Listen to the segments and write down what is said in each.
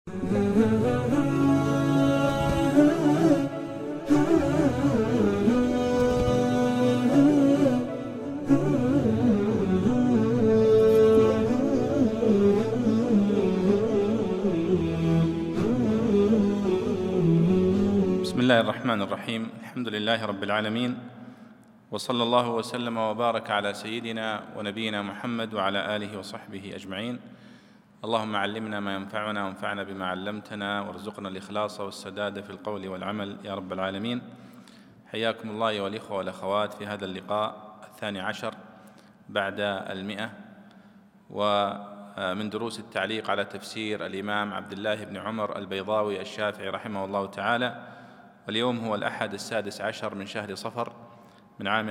بسم الله الرحمن الرحيم. الحمد لله رب العالمين، وصلى الله وسلم وبارك على سيدنا ونبينا محمد وعلى آله وصحبه أجمعين. اللهم علمنا ما ينفعنا وانفعنا بما علمتنا، وارزقنا الإخلاص والسداد في القول والعمل يا رب العالمين. حياكم الله أيها الإخوة والأخوات في هذا اللقاء 12 بعد 100 ومن دروس التعليق على تفسير الإمام عبد الله بن عمر البيضاوي الشافعي رحمه الله تعالى. واليوم هو الأحد 16 من شهر صفر من عام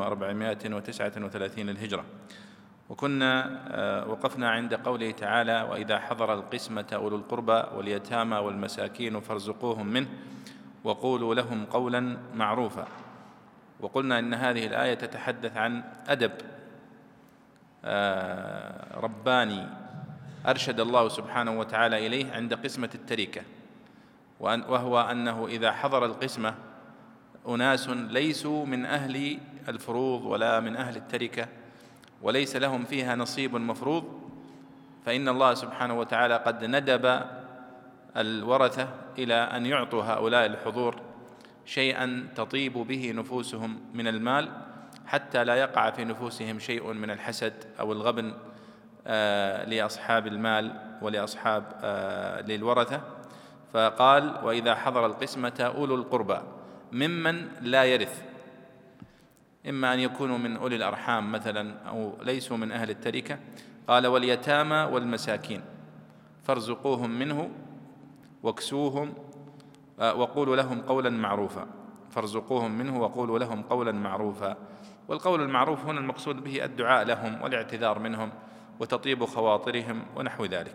1439 للهجرة، وكنا وقفنا عند قوله تعالى: وإذا حضر القسمة أولو القربى واليتامى والمساكين فارزقوهم منه وقولوا لهم قولا معروفا. وقلنا إن هذه الآية تتحدث عن أدب رباني أرشد الله سبحانه وتعالى إليه عند قسمة التركة، وهو أنه إذا حضر القسمة أناس ليسوا من أهل الفروض ولا من أهل التركة وليس لهم فيها نصيب مفروض، فإن الله سبحانه وتعالى قد ندب الورثة إلى أن يعطوا هؤلاء الحضور شيئا تطيب به نفوسهم من المال، حتى لا يقع في نفوسهم شيء من الحسد أو الغبن لأصحاب المال ولأصحاب للورثة. فقال: وإذا حضر القسمة أولو القربى، ممن لا يرث، إما أن يكونوا من أولي الأرحام مثلا أو ليسوا من أهل التركة. قال: واليتامى والمساكين فارزقوهم منه واكسوهم وقولوا لهم قولا معروفا. فارزقوهم منه وقولوا لهم قولا معروفا. والقول المعروف هنا المقصود به الدعاء لهم والاعتذار منهم وتطيب خواطرهم ونحو ذلك.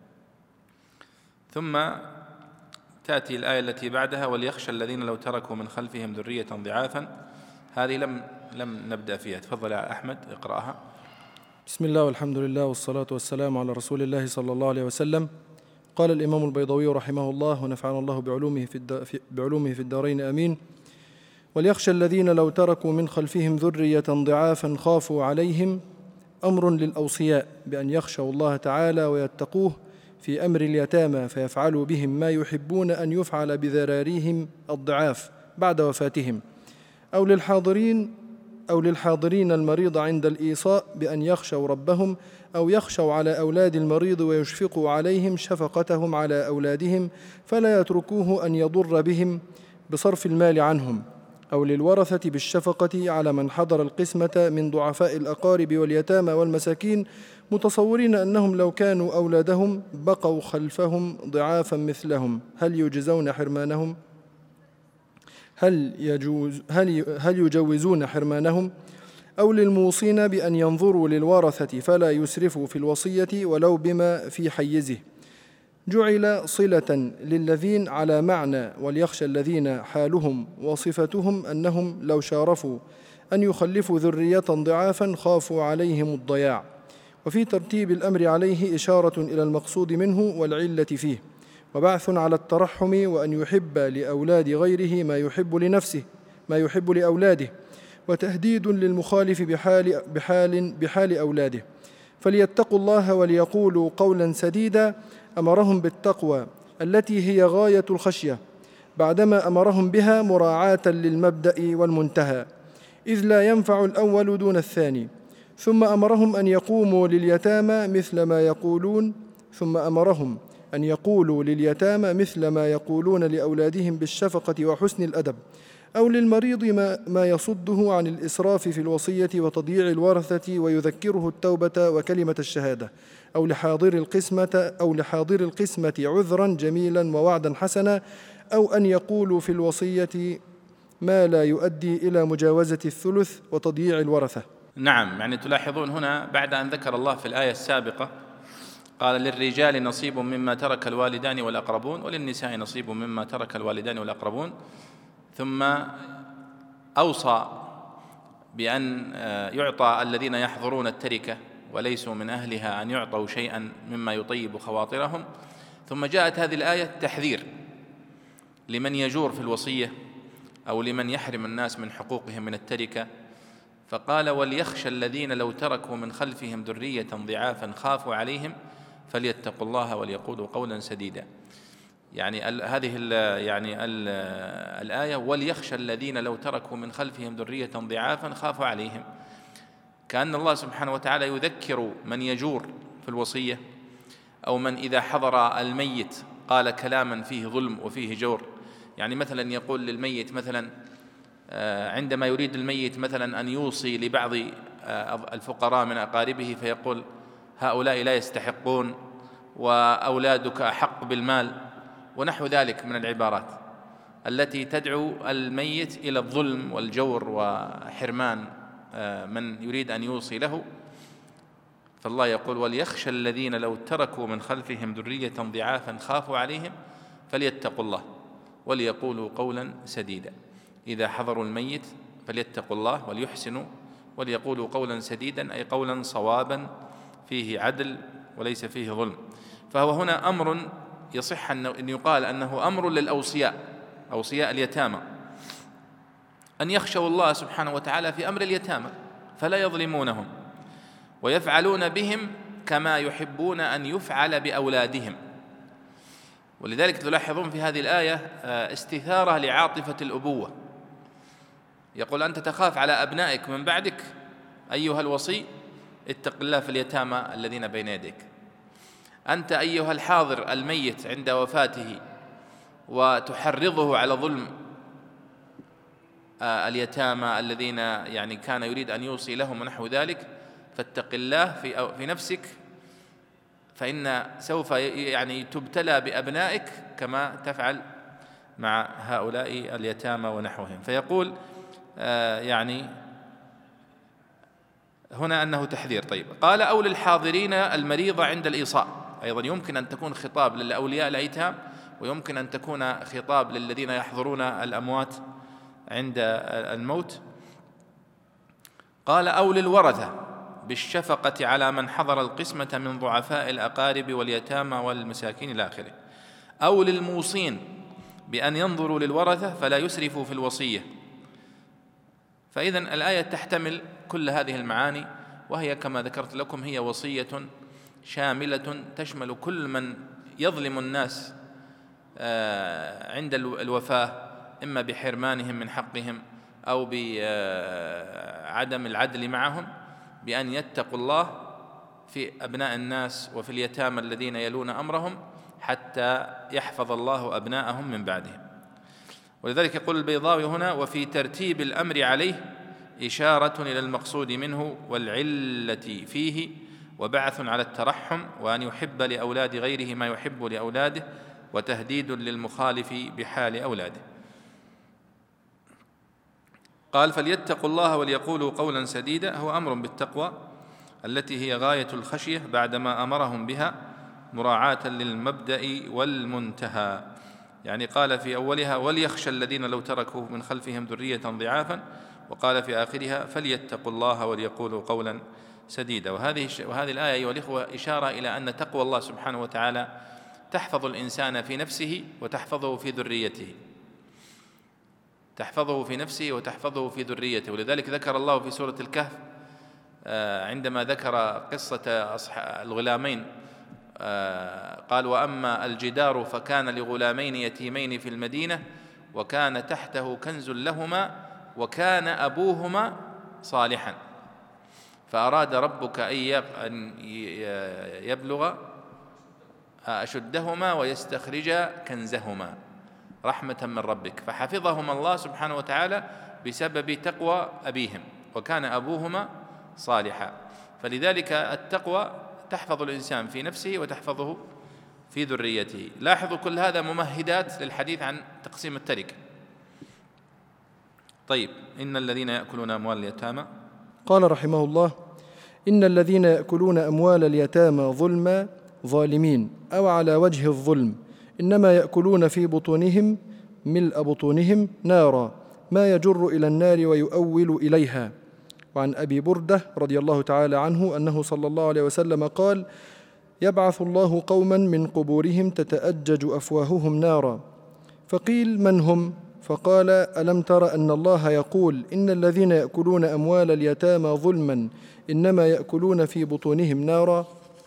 ثم تأتي الآية التي بعدها: وليخشى الذين لو تركوا من خلفهم ذرية ضعافا. هذه لم نبدأ فيها. تفضل يا أحمد اقرأها. بسم الله والحمد لله والصلاة والسلام على رسول الله صلى الله عليه وسلم. قال الإمام البيضاوي رحمه الله ونفعنا الله بعلومه في الدارين آمين: وليخشى الذين لو تركوا من خلفهم ذرية ضعافا خافوا عليهم. أمر للأوصياء بأن يخشوا الله تعالى ويتقوه في أمر اليتامى، فيفعلوا بهم ما يحبون أن يفعل بذراريهم الضعاف بعد وفاتهم، أو للحاضرين المريض عند الإيصاء بأن يخشوا ربهم، أو يخشوا على أولاد المريض ويشفقوا عليهم شفقتهم على أولادهم فلا يتركوه أن يضر بهم بصرف المال عنهم، أو للورثة بالشفقة على من حضر القسمة من ضعفاء الأقارب واليتامى والمساكين، متصورين أنهم لو كانوا أولادهم بقوا خلفهم ضعافا مثلهم، هل يجزون حرمانهم؟ هل يجوزون حرمانهم؟ أو للموصين بأن ينظروا للورثة فلا يسرفوا في الوصية ولو بما في حيزه، جعل صلة للذين على معنى وليخشى الذين حالهم وصفتهم أنهم لو شارفوا أن يخلفوا ذرية ضعافا خافوا عليهم الضياع. وفي ترتيب الأمر عليه إشارة إلى المقصود منه والعلة فيه، وبعث على الترحم وأن يحب لأولاد غيره ما يحب لأولاده، وتهديد للمخالف بحال أولاده. فليتقوا الله وليقولوا قولا سديدا. أمرهم بالتقوى التي هي غاية الخشية، بعدما أمرهم بها مراعاة للمبدأ والمنتهى، إذ لا ينفع الأول دون الثاني. ثم أمرهم أن يقوموا لليتامى مثل ما يقولون لأولادهم بالشفقة وحسن الأدب، أو للمريض ما يصده عن الإسراف في الوصية وتضييع الورثة ويذكره التوبة وكلمة الشهادة، أو لحاضر القسمة عذرا جميلا ووعدا حسنا، أو أن يقولوا في الوصية ما لا يؤدي إلى مجاوزة الثلث وتضييع الورثة. نعم، يعني تلاحظون هنا بعد أن ذكر الله في الآية السابقة قال: للرجال نصيب مما ترك الوالدان والأقربون وللنساء نصيب مما ترك الوالدان والأقربون، ثم أوصى بأن يعطى الذين يحضرون التركة وليسوا من أهلها أن يعطوا شيئا مما يطيب خواطرهم، ثم جاءت هذه الآية تحذير لمن يجور في الوصية أو لمن يحرم الناس من حقوقهم من التركة، فقال: وليخشى الذين لو تركوا من خلفهم ذرية ضعافا خافوا عليهم فليتقوا الله وليقولوا قولا سديدا. يعني هذه الآية وليخشى الذين لو تركوا من خلفهم ذرية ضعافا خافوا عليهم، كأن الله سبحانه وتعالى يذكر من يجور في الوصية أو من إذا حضر الميت قال كلاما فيه ظلم وفيه جور. يعني مثلا يقول للميت مثلا عندما يريد الميت مثلا أن يوصي لبعض الفقراء من أقاربه فيقول: هؤلاء لا يستحقون وأولادك أحق بالمال، ونحو ذلك من العبارات التي تدعو الميت إلى الظلم والجور وحرمان من يريد أن يوصي له. فالله يقول: وليخشى الذين لو تركوا من خلفهم ذرية ضعافا خافوا عليهم فليتقوا الله وليقولوا قولا سديدا. إذا حضروا الميت فليتقوا الله وليحسنوا وليقولوا قولا سديدا، أي قولا صوابا فيه عدل وليس فيه ظلم. فهو هنا أمر يصح أن يقال أنه أمر للأوصياء، أوصياء اليتامى، أن يخشوا الله سبحانه وتعالى في أمر اليتامى فلا يظلمونهم ويفعلون بهم كما يحبون أن يفعل بأولادهم. ولذلك تلاحظون في هذه الآية استثارة لعاطفة الأبوة. يقول: أنت تخاف على أبنائك من بعدك أيها الوصي، اتق الله في اليتامى الذين بين يديك. أنت أيها الحاضر الميت عند وفاته وتحرضه على ظلم اليتامى الذين يعني كان يريد أن يوصي لهم ونحو ذلك، فاتق الله في نفسك، فإن سوف يعني تبتلى بأبنائك كما تفعل مع هؤلاء اليتامى ونحوهم. فيقول يعني هنا أنه تحذير. طيب، قال: أو للحاضرين المريضة عند الإيصاء. أيضا يمكن أن تكون خطاب للأولياء الأيتام، ويمكن أن تكون خطاب للذين يحضرون الأموات عند الموت. قال: أو للورثة بالشفقة على من حضر القسمة من ضعفاء الأقارب واليتامى والمساكين إلى آخره. أو للموصين بأن ينظروا للورثة فلا يسرفوا في الوصية. فإذن الآية تحتمل كل هذه المعاني، وهي كما ذكرت لكم هي وصية شاملة تشمل كل من يظلم الناس عند الوفاة، إما بحرمانهم من حقهم أو بعدم العدل معهم، بأن يتقوا الله في أبناء الناس وفي اليتامى الذين يلون أمرهم حتى يحفظ الله أبناءهم من بعدهم. ولذلك يقول البيضاوي هنا: وفي ترتيب الأمر عليه إشارة إلى المقصود منه والعلة فيه، وبعث على الترحم وأن يحب لأولاد غيره ما يحب لأولاده، وتهديد للمخالف بحال أولاده. قال: فليتقوا الله وليقولوا قولا سديدا، هو أمر بالتقوى التي هي غاية الخشية بعدما أمرهم بها مراعاة للمبدأ والمنتهى. يعني قال في أولها: وليخشى الذين لو تركوا من خلفهم ذرية ضعافا، وقال في آخرها: فليتقوا الله وليقولوا قولا سديدا. وهذه الآية أيها الإخوة إشارة إلى أن تقوى الله سبحانه وتعالى تحفظ الإنسان في نفسه وتحفظه في ذريته، تحفظه في نفسه وتحفظه في ذريته. ولذلك ذكر الله في سورة الكهف عندما ذكر قصة الغلامين قال: وأما الجدار فكان لغلامين يتيمين في المدينة وكان تحته كنز لهما وكان أبوهما صالحا فأراد ربك أن يبلغ أشدهما ويستخرج كنزهما رحمة من ربك، فحفظهما الله سبحانه وتعالى بسبب تقوى أبيهم، وكان أبوهما صالحا. فلذلك التقوى تحفظ الإنسان في نفسه وتحفظه في ذريته. لاحظوا كل هذا ممهدات للحديث عن تقسيم التركة. طيب، إن الذين يأكلون أموال اليتامى، قال رحمه الله: إن الذين يأكلون أموال اليتامى ظلما ظالمين أو على وجه الظلم إنما يأكلون في بطونهم ملء بطونهم نارا ما يجر إلى النار ويؤول إليها. وعن أبي بردة رضي الله تعالى عنه أنه صلى الله عليه وسلم قال: يبعث الله قوما من قبورهم تتأجج أفواههم نارا. فقيل: من هم؟ فقال: ألم تر أن الله يقول: إن الذين يأكلون أموال اليتامى ظلما إنما يأكلون في بطونهم نارا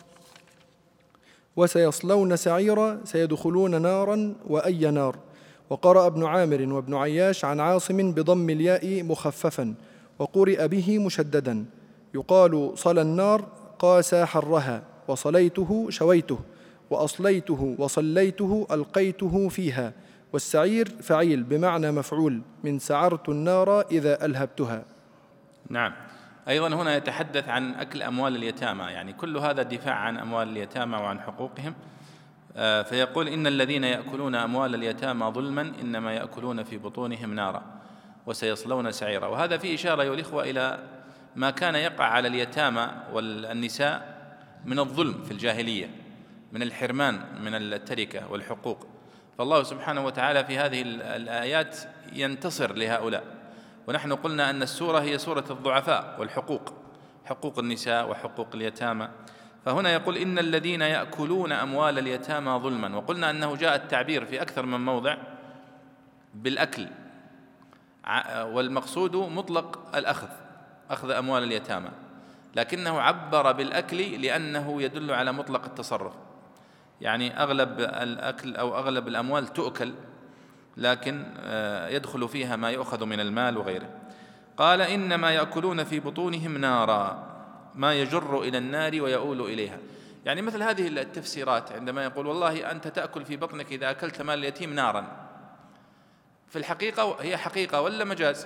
وسيصلون سعيرا سيدخلون نارا وأي نار. وقرأ ابن عامر وابن عياش عن عاصم بضم الياء مخففا، وقرئ به مشددا. يقال: صلى النار قاسى حرها، وصليته شويته، وأصليته وصليته ألقيته فيها. والسعير فعيل بمعنى مفعول، من سعرت النار إذا ألهبتها. نعم. أيضا هنا يتحدث عن أكل أموال اليتامى، يعني كل هذا دفاع عن أموال اليتامى وعن حقوقهم. فيقول: إن الذين يأكلون أموال اليتامى ظلما إنما يأكلون في بطونهم نارا وسيصلون سعيرا. وهذا فيه إشارة أيها الإخوة إلى ما كان يقع على اليتامى والنساء من الظلم في الجاهلية، من الحرمان من التركة والحقوق. فالله سبحانه وتعالى في هذه الآيات ينتصر لهؤلاء. ونحن قلنا أن السورة هي سورة الضعفاء والحقوق، حقوق النساء وحقوق اليتامى. فهنا يقول: إن الذين يأكلون أموال اليتامى ظلما. وقلنا أنه جاء التعبير في أكثر من موضع بالأكل، والمقصود مطلق الأخذ، أخذ أموال اليتامى، لكنه عبر بالأكل لأنه يدل على مطلق التصرف، يعني أغلب الأكل أو أغلب الأموال تؤكل، لكن يدخل فيها ما يؤخذ من المال وغيره. قال: إنما يأكلون في بطونهم نارا، ما يجر إلى النار ويؤول إليها. يعني مثل هذه التفسيرات عندما يقول: والله أنت تأكل في بطنك إذا أكلت مال اليتيم نارا، في الحقيقة هي حقيقة ولا مجاز؟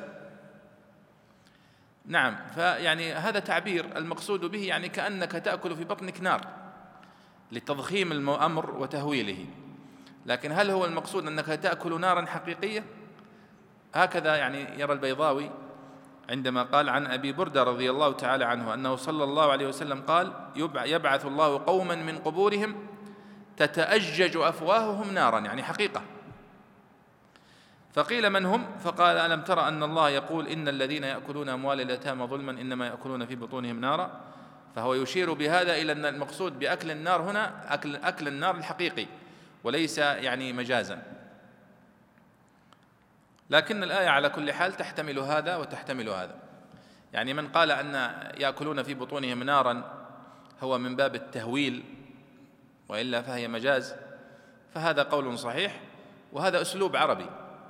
نعم. فيعني هذا تعبير المقصود به يعني كأنك تأكل في بطنك نار لتضخيم الأمر وتهويله، لكن هل هو المقصود أنك تأكل نارا حقيقية؟ هكذا يعني يرى البيضاوي عندما قال عن أبي بردة رضي الله تعالى عنه أنه صلى الله عليه وسلم قال: يبعث الله قوما من قبورهم تتأجج أفواههم نارا، يعني حقيقة. فقيل: من هم؟ فقال: ألم تر أن الله يقول: إن الذين يأكلون أموال اليتامى ظلما إنما يأكلون في بطونهم نارا. فهو يشير بهذا إلى أن المقصود بأكل النار هنا أكل النار الحقيقي وليس يعني مجازا. لكن الآية على كل حال تحتمل هذا وتحتمل هذا. يعني من قال أن يأكلون في بطونهم نارا هو من باب التهويل وإلا فهي مجاز، فهذا قول صحيح وهذا أسلوب عربي.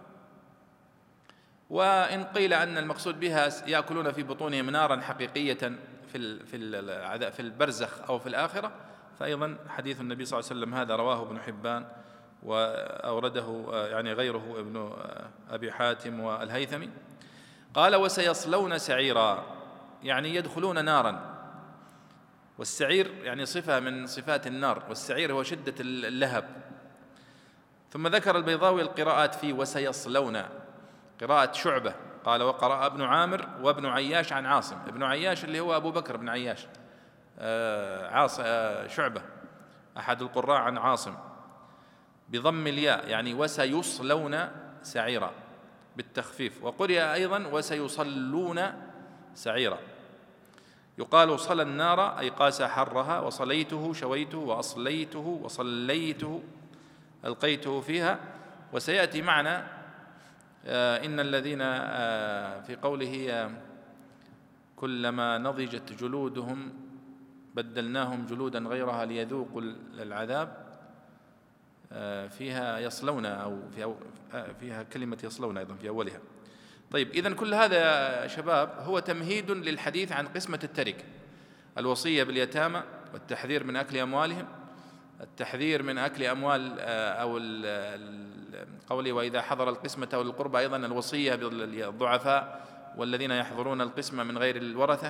وإن قيل أن المقصود بها يأكلون في بطونهم نارا حقيقية في البرزخ أو في الآخرة، فأيضا حديث النبي صلى الله عليه وسلم هذا رواه ابن حبان وأورده يعني غيره ابن أبي حاتم والهيثمي. قال: وسيصلون سعيرا، يعني يدخلون نارا. والسعير يعني صفة من صفات النار، والسعير هو شدة اللهب. ثم ذكر البيضاوي القراءات في وسيصلون، قراءة شعبة قال: وقرأ ابن عامر وابن عياش عن عاصم. ابن عياش اللي هو أبو بكر بن عياش، شعبة أحد القراء عن عاصم بضم الياء، يعني وسيصلون سعيرا بالتخفيف. وقرئ أيضا وسيصلون سعيرا. يقال: صلى النار أي قاسى حرها، وصليته شويته، وأصليته وصليته ألقيته فيها. وسيأتي معنا إن الذين في قوله كلما نضجت جلودهم بدلناهم جلودا غيرها ليذوقوا العذاب، فيها يصلون أو فيها كلمة يصلون أيضا في أولها. طيب، إذن كل هذا يا شباب هو تمهيد للحديث عن قسمة التركة، الوصية باليتامى والتحذير من أكل أموالهم، التحذير من أكل أموال أو قوله وإذا حضر القسمة أو القربى، أيضا الوصية بالضعفاء والذين يحضرون القسمة من غير الورثة.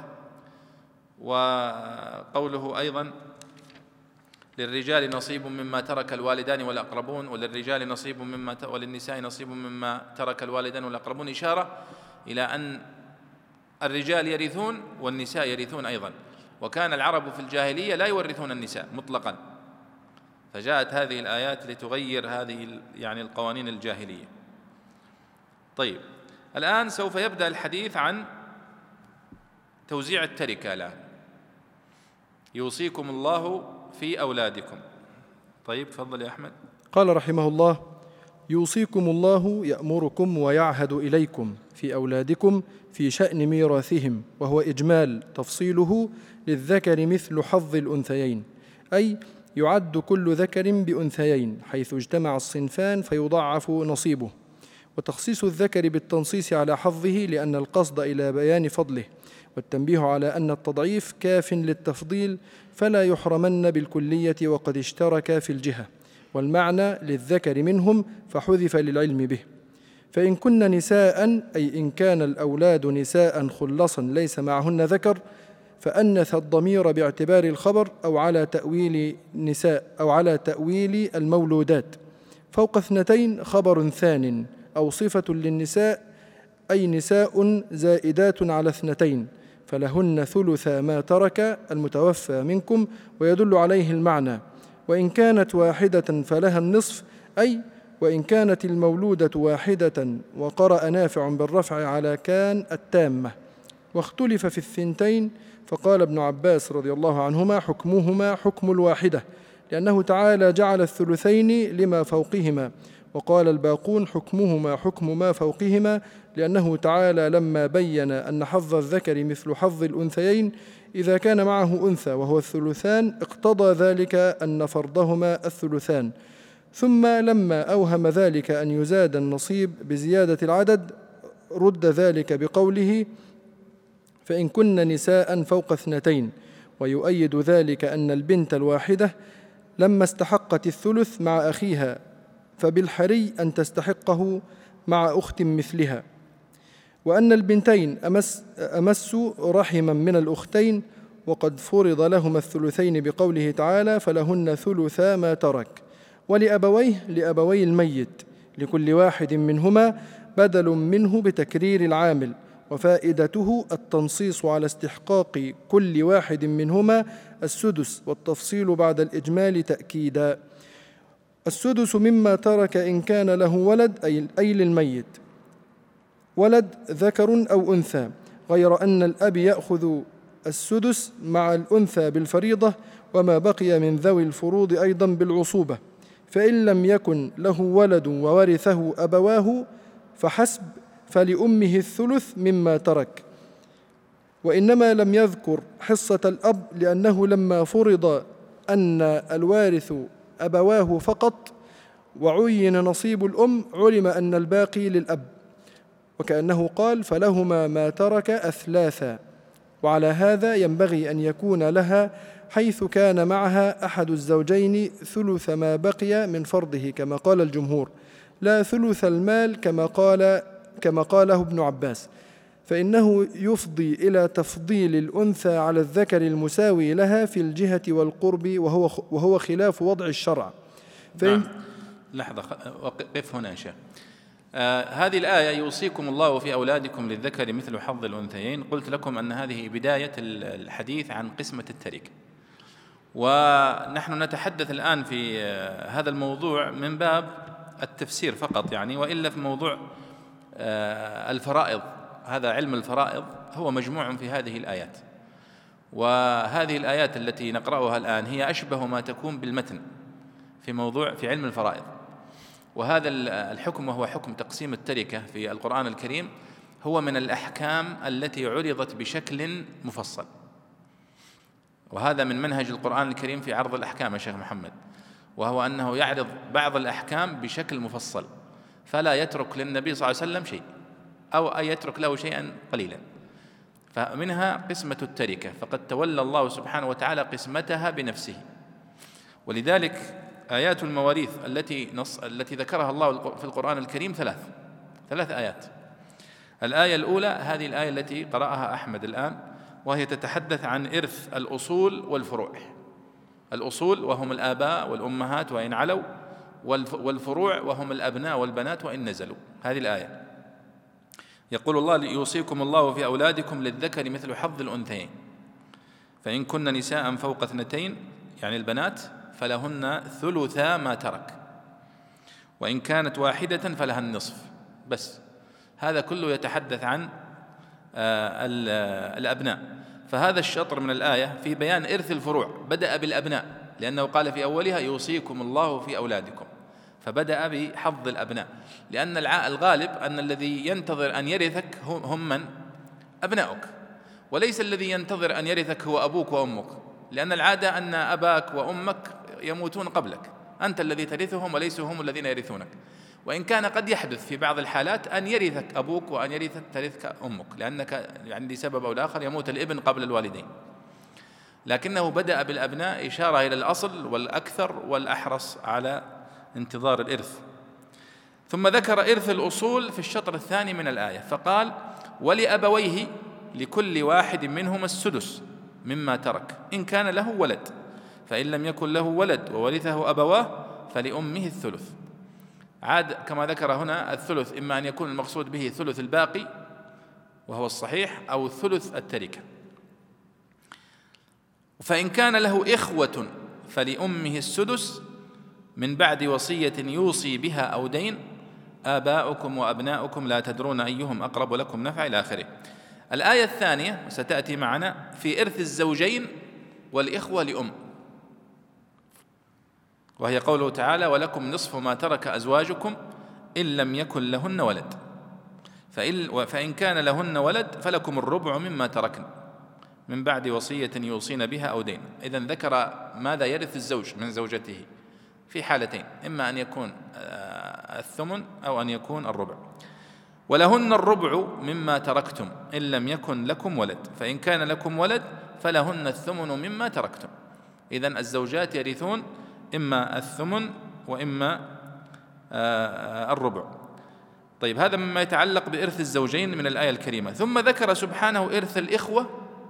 وقوله أيضا للرجال نصيب مما ترك الوالدان والأقربون، وللرجال نصيب وللنساء نصيب مما ترك الوالدان والأقربون، إشارة إلى أن الرجال يرثون والنساء يرثون أيضا. وكان العرب في الجاهلية لا يورثون النساء مطلقا، فجاءت هذه الآيات لتغير هذه يعني القوانين الجاهلية. طيب، الآن سوف يبدأ الحديث عن توزيع التركة. الآن يوصيكم الله في أولادكم. طيب تفضل يا أحمد. قال رحمه الله: يوصيكم الله يأمركم ويعهد إليكم في أولادكم في شأن ميراثهم، وهو إجمال تفصيله للذكر مثل حظ الأنثيين، أي يعد كل ذكر بأنثيين حيث اجتمع الصنفان فيضاعف نصيبه، وتخصيص الذكر بالتنصيص على حظه لأن القصد إلى بيان فضله، والتنبيه على أن التضعيف كاف للتفضيل فلا يحرمن بالكلية وقد اشترك في الجهة، والمعنى للذكر منهم فحذف للعلم به. فإن كن نساء، أي إن كان الأولاد نساء خلصا ليس معهن ذكر، فأنث الضمير باعتبار الخبر أو على تأويل نساء أو على تأويل المولودات. فوق اثنتين خبر ثان أو صفة للنساء، أي نساء زائدات على اثنتين، فلهن ثلث ما ترك المتوفى منكم، ويدل عليه المعنى. وإن كانت واحدة فلها النصف، أي وإن كانت المولودة واحدة، وقرأ نافع بالرفع على كان التامة. واختلف في الثنتين، فقال ابن عباس رضي الله عنهما: حكمهما حكم الواحدة، لأنه تعالى جعل الثلثين لما فوقهما. وقال الباقون: حكمهما حكم ما فوقهما، لأنه تعالى لما بين أن حظ الذكر مثل حظ الأنثيين إذا كان معه أنثى وهو الثلثان، اقتضى ذلك أن فرضهما الثلثان. ثم لما أوهم ذلك أن يزاد النصيب بزيادة العدد، رد ذلك بقوله: فإن كن نساء فوق اثنتين. ويؤيد ذلك أن البنت الواحدة لما استحقت الثلث مع أخيها فبالحري أن تستحقه مع أخت مثلها، وأن البنتين أمس رحما من الأختين، وقد فرض لهما الثلثين بقوله تعالى: فلهن ثلثا ما ترك. لأبوي الميت لكل واحد منهما بدل منه بتكرير العامل، وفائدته التنصيص على استحقاق كل واحد منهما السدس، والتفصيل بعد الإجمال تأكيدا. السدس مما ترك إن كان له ولد، أي للميت ولد ذكر أو أنثى، غير أن الأب يأخذ السدس مع الأنثى بالفريضة، وما بقي من ذوي الفروض أيضا بالعصوبة. فإن لم يكن له ولد وورثه أبواه فحسب، فلأمه الثلث مما ترك. وإنما لم يذكر حصة الأب لأنه لما فرض أن الوارث أبواه فقط وعين نصيب الأم علم أن الباقي للأب، وكأنه قال: فلهما ما ترك أثلاثا. وعلى هذا ينبغي أن يكون لها حيث كان معها أحد الزوجين ثلث ما بقي من فرضه كما قال الجمهور، لا ثلث المال كما قاله ابن عباس، فإنه يفضي إلى تفضيل الأنثى على الذكر المساوي لها في الجهة والقرب، وهو خلاف وضع الشرع. نعم. لحظة، وقف هنا إن شاء. هذه الآية: يوصيكم الله في أولادكم للذكر مثل حظ الأنثيين. قلت لكم أن هذه بداية الحديث عن قسمة التركة، ونحن نتحدث الآن في هذا الموضوع من باب التفسير فقط يعني، وإلا في موضوع الفرائض. هذا علم الفرائض هو مجموع في هذه الآيات، وهذه الآيات التي نقرأها الآن هي أشبه ما تكون بالمتن في علم الفرائض. وهذا الحكم وهو حكم تقسيم التركة في القرآن الكريم هو من الأحكام التي عرضت بشكل مفصل، وهذا من منهج القرآن الكريم في عرض الأحكام يا شيخ محمد، وهو أنه يعرض بعض الأحكام بشكل مفصل، فلا يترك للنبي صلى الله عليه وسلم شيء أو يترك له شيئا قليلا. فمنها قسمة التركة، فقد تولى الله سبحانه وتعالى قسمتها بنفسه. ولذلك آيات المواريث التي ذكرها الله في القرآن الكريم ثلاث آيات. الآية الأولى هذه الآية التي قرأها أحمد الآن، وهي تتحدث عن إرث الأصول والفروع. الأصول وهم الآباء والأمهات وإن علوا، والفروع وهم الأبناء والبنات وإن نزلوا. هذه الآية يقول الله: يوصيكم الله في أولادكم للذكر مثل حظ الأنثيين، فإن كن نساء فوق اثنتين يعني البنات فلهن ثلثا ما ترك، وإن كانت واحدة فلها النصف. بس هذا كله يتحدث عن الأبناء. فهذا الشطر من الآية في بيان إرث الفروع، بدأ بالأبناء لأنه قال في أولها يوصيكم الله في أولادكم، فبدأ بحظ الأبناء، لأن الغالب أن الذي ينتظر أن يرثك هم من؟ أبناؤك، وليس الذي ينتظر أن يرثك هو أبوك وأمك، لأن العادة أن أباك وأمك يموتون قبلك، أنت الذي ترثهم وليسوا هم الذين يرثونك. وإن كان قد يحدث في بعض الحالات أن يرثك أبوك وأن ترثك أمك، لأنك يعني لسبب أو لآخر يموت الابن قبل الوالدين، لكنه بدأ بالأبناء إشارة إلى الأصل والأكثر والأحرص على انتظار الإرث. ثم ذكر إرث الأصول في الشطر الثاني من الآية، فقال ولأبويه لكل واحد منهما السدس مما ترك إن كان له ولد، فإن لم يكن له ولد وورثه أبواه فلأمه الثلث. عاد كما ذكر هنا الثلث إما أن يكون المقصود به ثلث الباقي وهو الصحيح، أو ثلث التركة. فإن كان له إخوة فلأمه السدس من بعد وصية يوصي بها أو دين، آباؤكم وأبناؤكم لا تدرون أيهم أقرب لكم نفعا إلى آخره. الآية الثانية ستأتي معنا في إرث الزوجين والإخوة لأم، وهي قوله تعالى ولكم نصف ما ترك أزواجكم إن لم يكن لهن ولد، فإن كان لهن ولد فلكم الربع مما تركن من بعد وصية يوصين بها أو دين. إذن ذكر ماذا يرث الزوج من زوجته في حالتين، إما أن يكون الثمن أو أن يكون الربع. ولهن الربع مما تركتم إن لم يكن لكم ولد، فإن كان لكم ولد فلهن الثمن مما تركتم. إذن الزوجات يرثون إما الثمن وإما الربع. طيب، هذا مما يتعلق بإرث الزوجين من الآية الكريمة. ثم ذكر سبحانه إرث الإخوة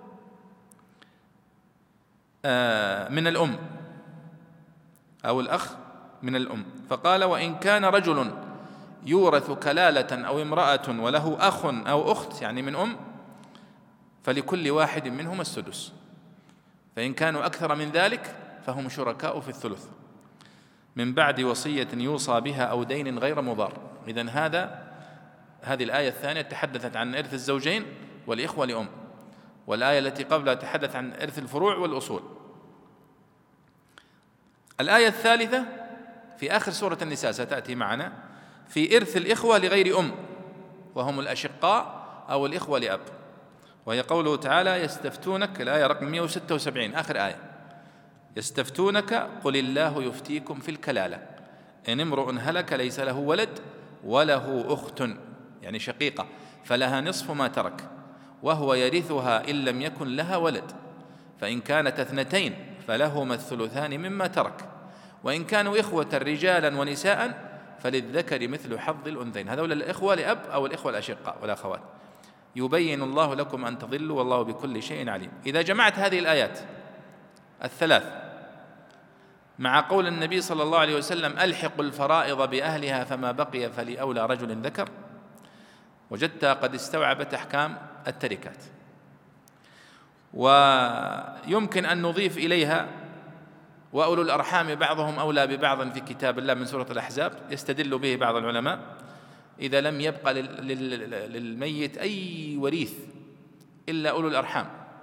من الأم أو الأخ من الأم، فقال وإن كان رجل يورث كلالة أو امرأة وله أخ أو أخت يعني من أم فلكل واحد منهما السدس، فإن كانوا أكثر من ذلك فهم شركاء في الثلث من بعد وصية يوصى بها أو دين غير مضار. إذن هذه الآية الثانية تحدثت عن إرث الزوجين والإخوة لأم، والآية التي قبلها تحدث عن إرث الفروع والأصول. الآية الثالثة في آخر سورة النساء ستأتي معنا في إرث الإخوة لغير أم، وهم الأشقاء أو الإخوة لأب، وهي قوله تعالى يستفتونك، الآية رقم 176 آخر آية، يستفتونك قل الله يفتيكم في الكلالة إن امرؤ هلك ليس له ولد وله أخت يعني شقيقة فلها نصف ما ترك وهو يرثها إن لم يكن لها ولد، فإن كانت اثنتين فلهما الثلثان مما ترك، وإن كانوا إخوة رجالا ونساء فللذكر مثل حظ الأنثيين. هذول الإخوة لأب أو الإخوة الأشقاء والأخوات. يبين الله لكم أن تضلوا والله بكل شيء عليم. إذا جمعت هذه الآيات الثلاث مع قول النبي صلى الله عليه وسلم ألحقوا الفرائض بأهلها فما بقي فلأولى رجل ذكر، وجدتها قد استوعبت أحكام التركات. ويمكن أن نضيف إليها وأولو الأرحام بعضهم أولى ببعض في كتاب الله من سورة الأحزاب، يستدل به بعض العلماء إذا لم يبقى للميت أي وريث إلا أولو الأرحام،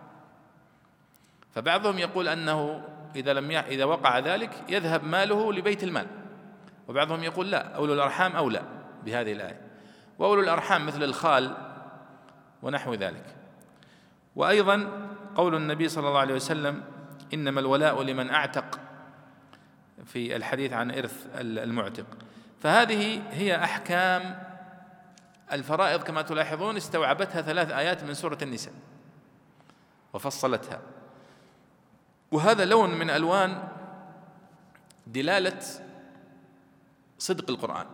فبعضهم يقول أنه إذا وقع ذلك يذهب ماله لبيت المال، وبعضهم يقول لا، أولو الأرحام أولى بهذه الآية، وأولو الأرحام مثل الخال ونحو ذلك. وأيضا قول النبي صلى الله عليه وسلم إنما الولاء لمن أعتق في الحديث عن إرث المعتق. فهذه هي أحكام الفرائض كما تلاحظون استوعبتها 3 آيات من سورة النساء وفصلتها، وهذا لون من ألوان دلالة صدق القرآن،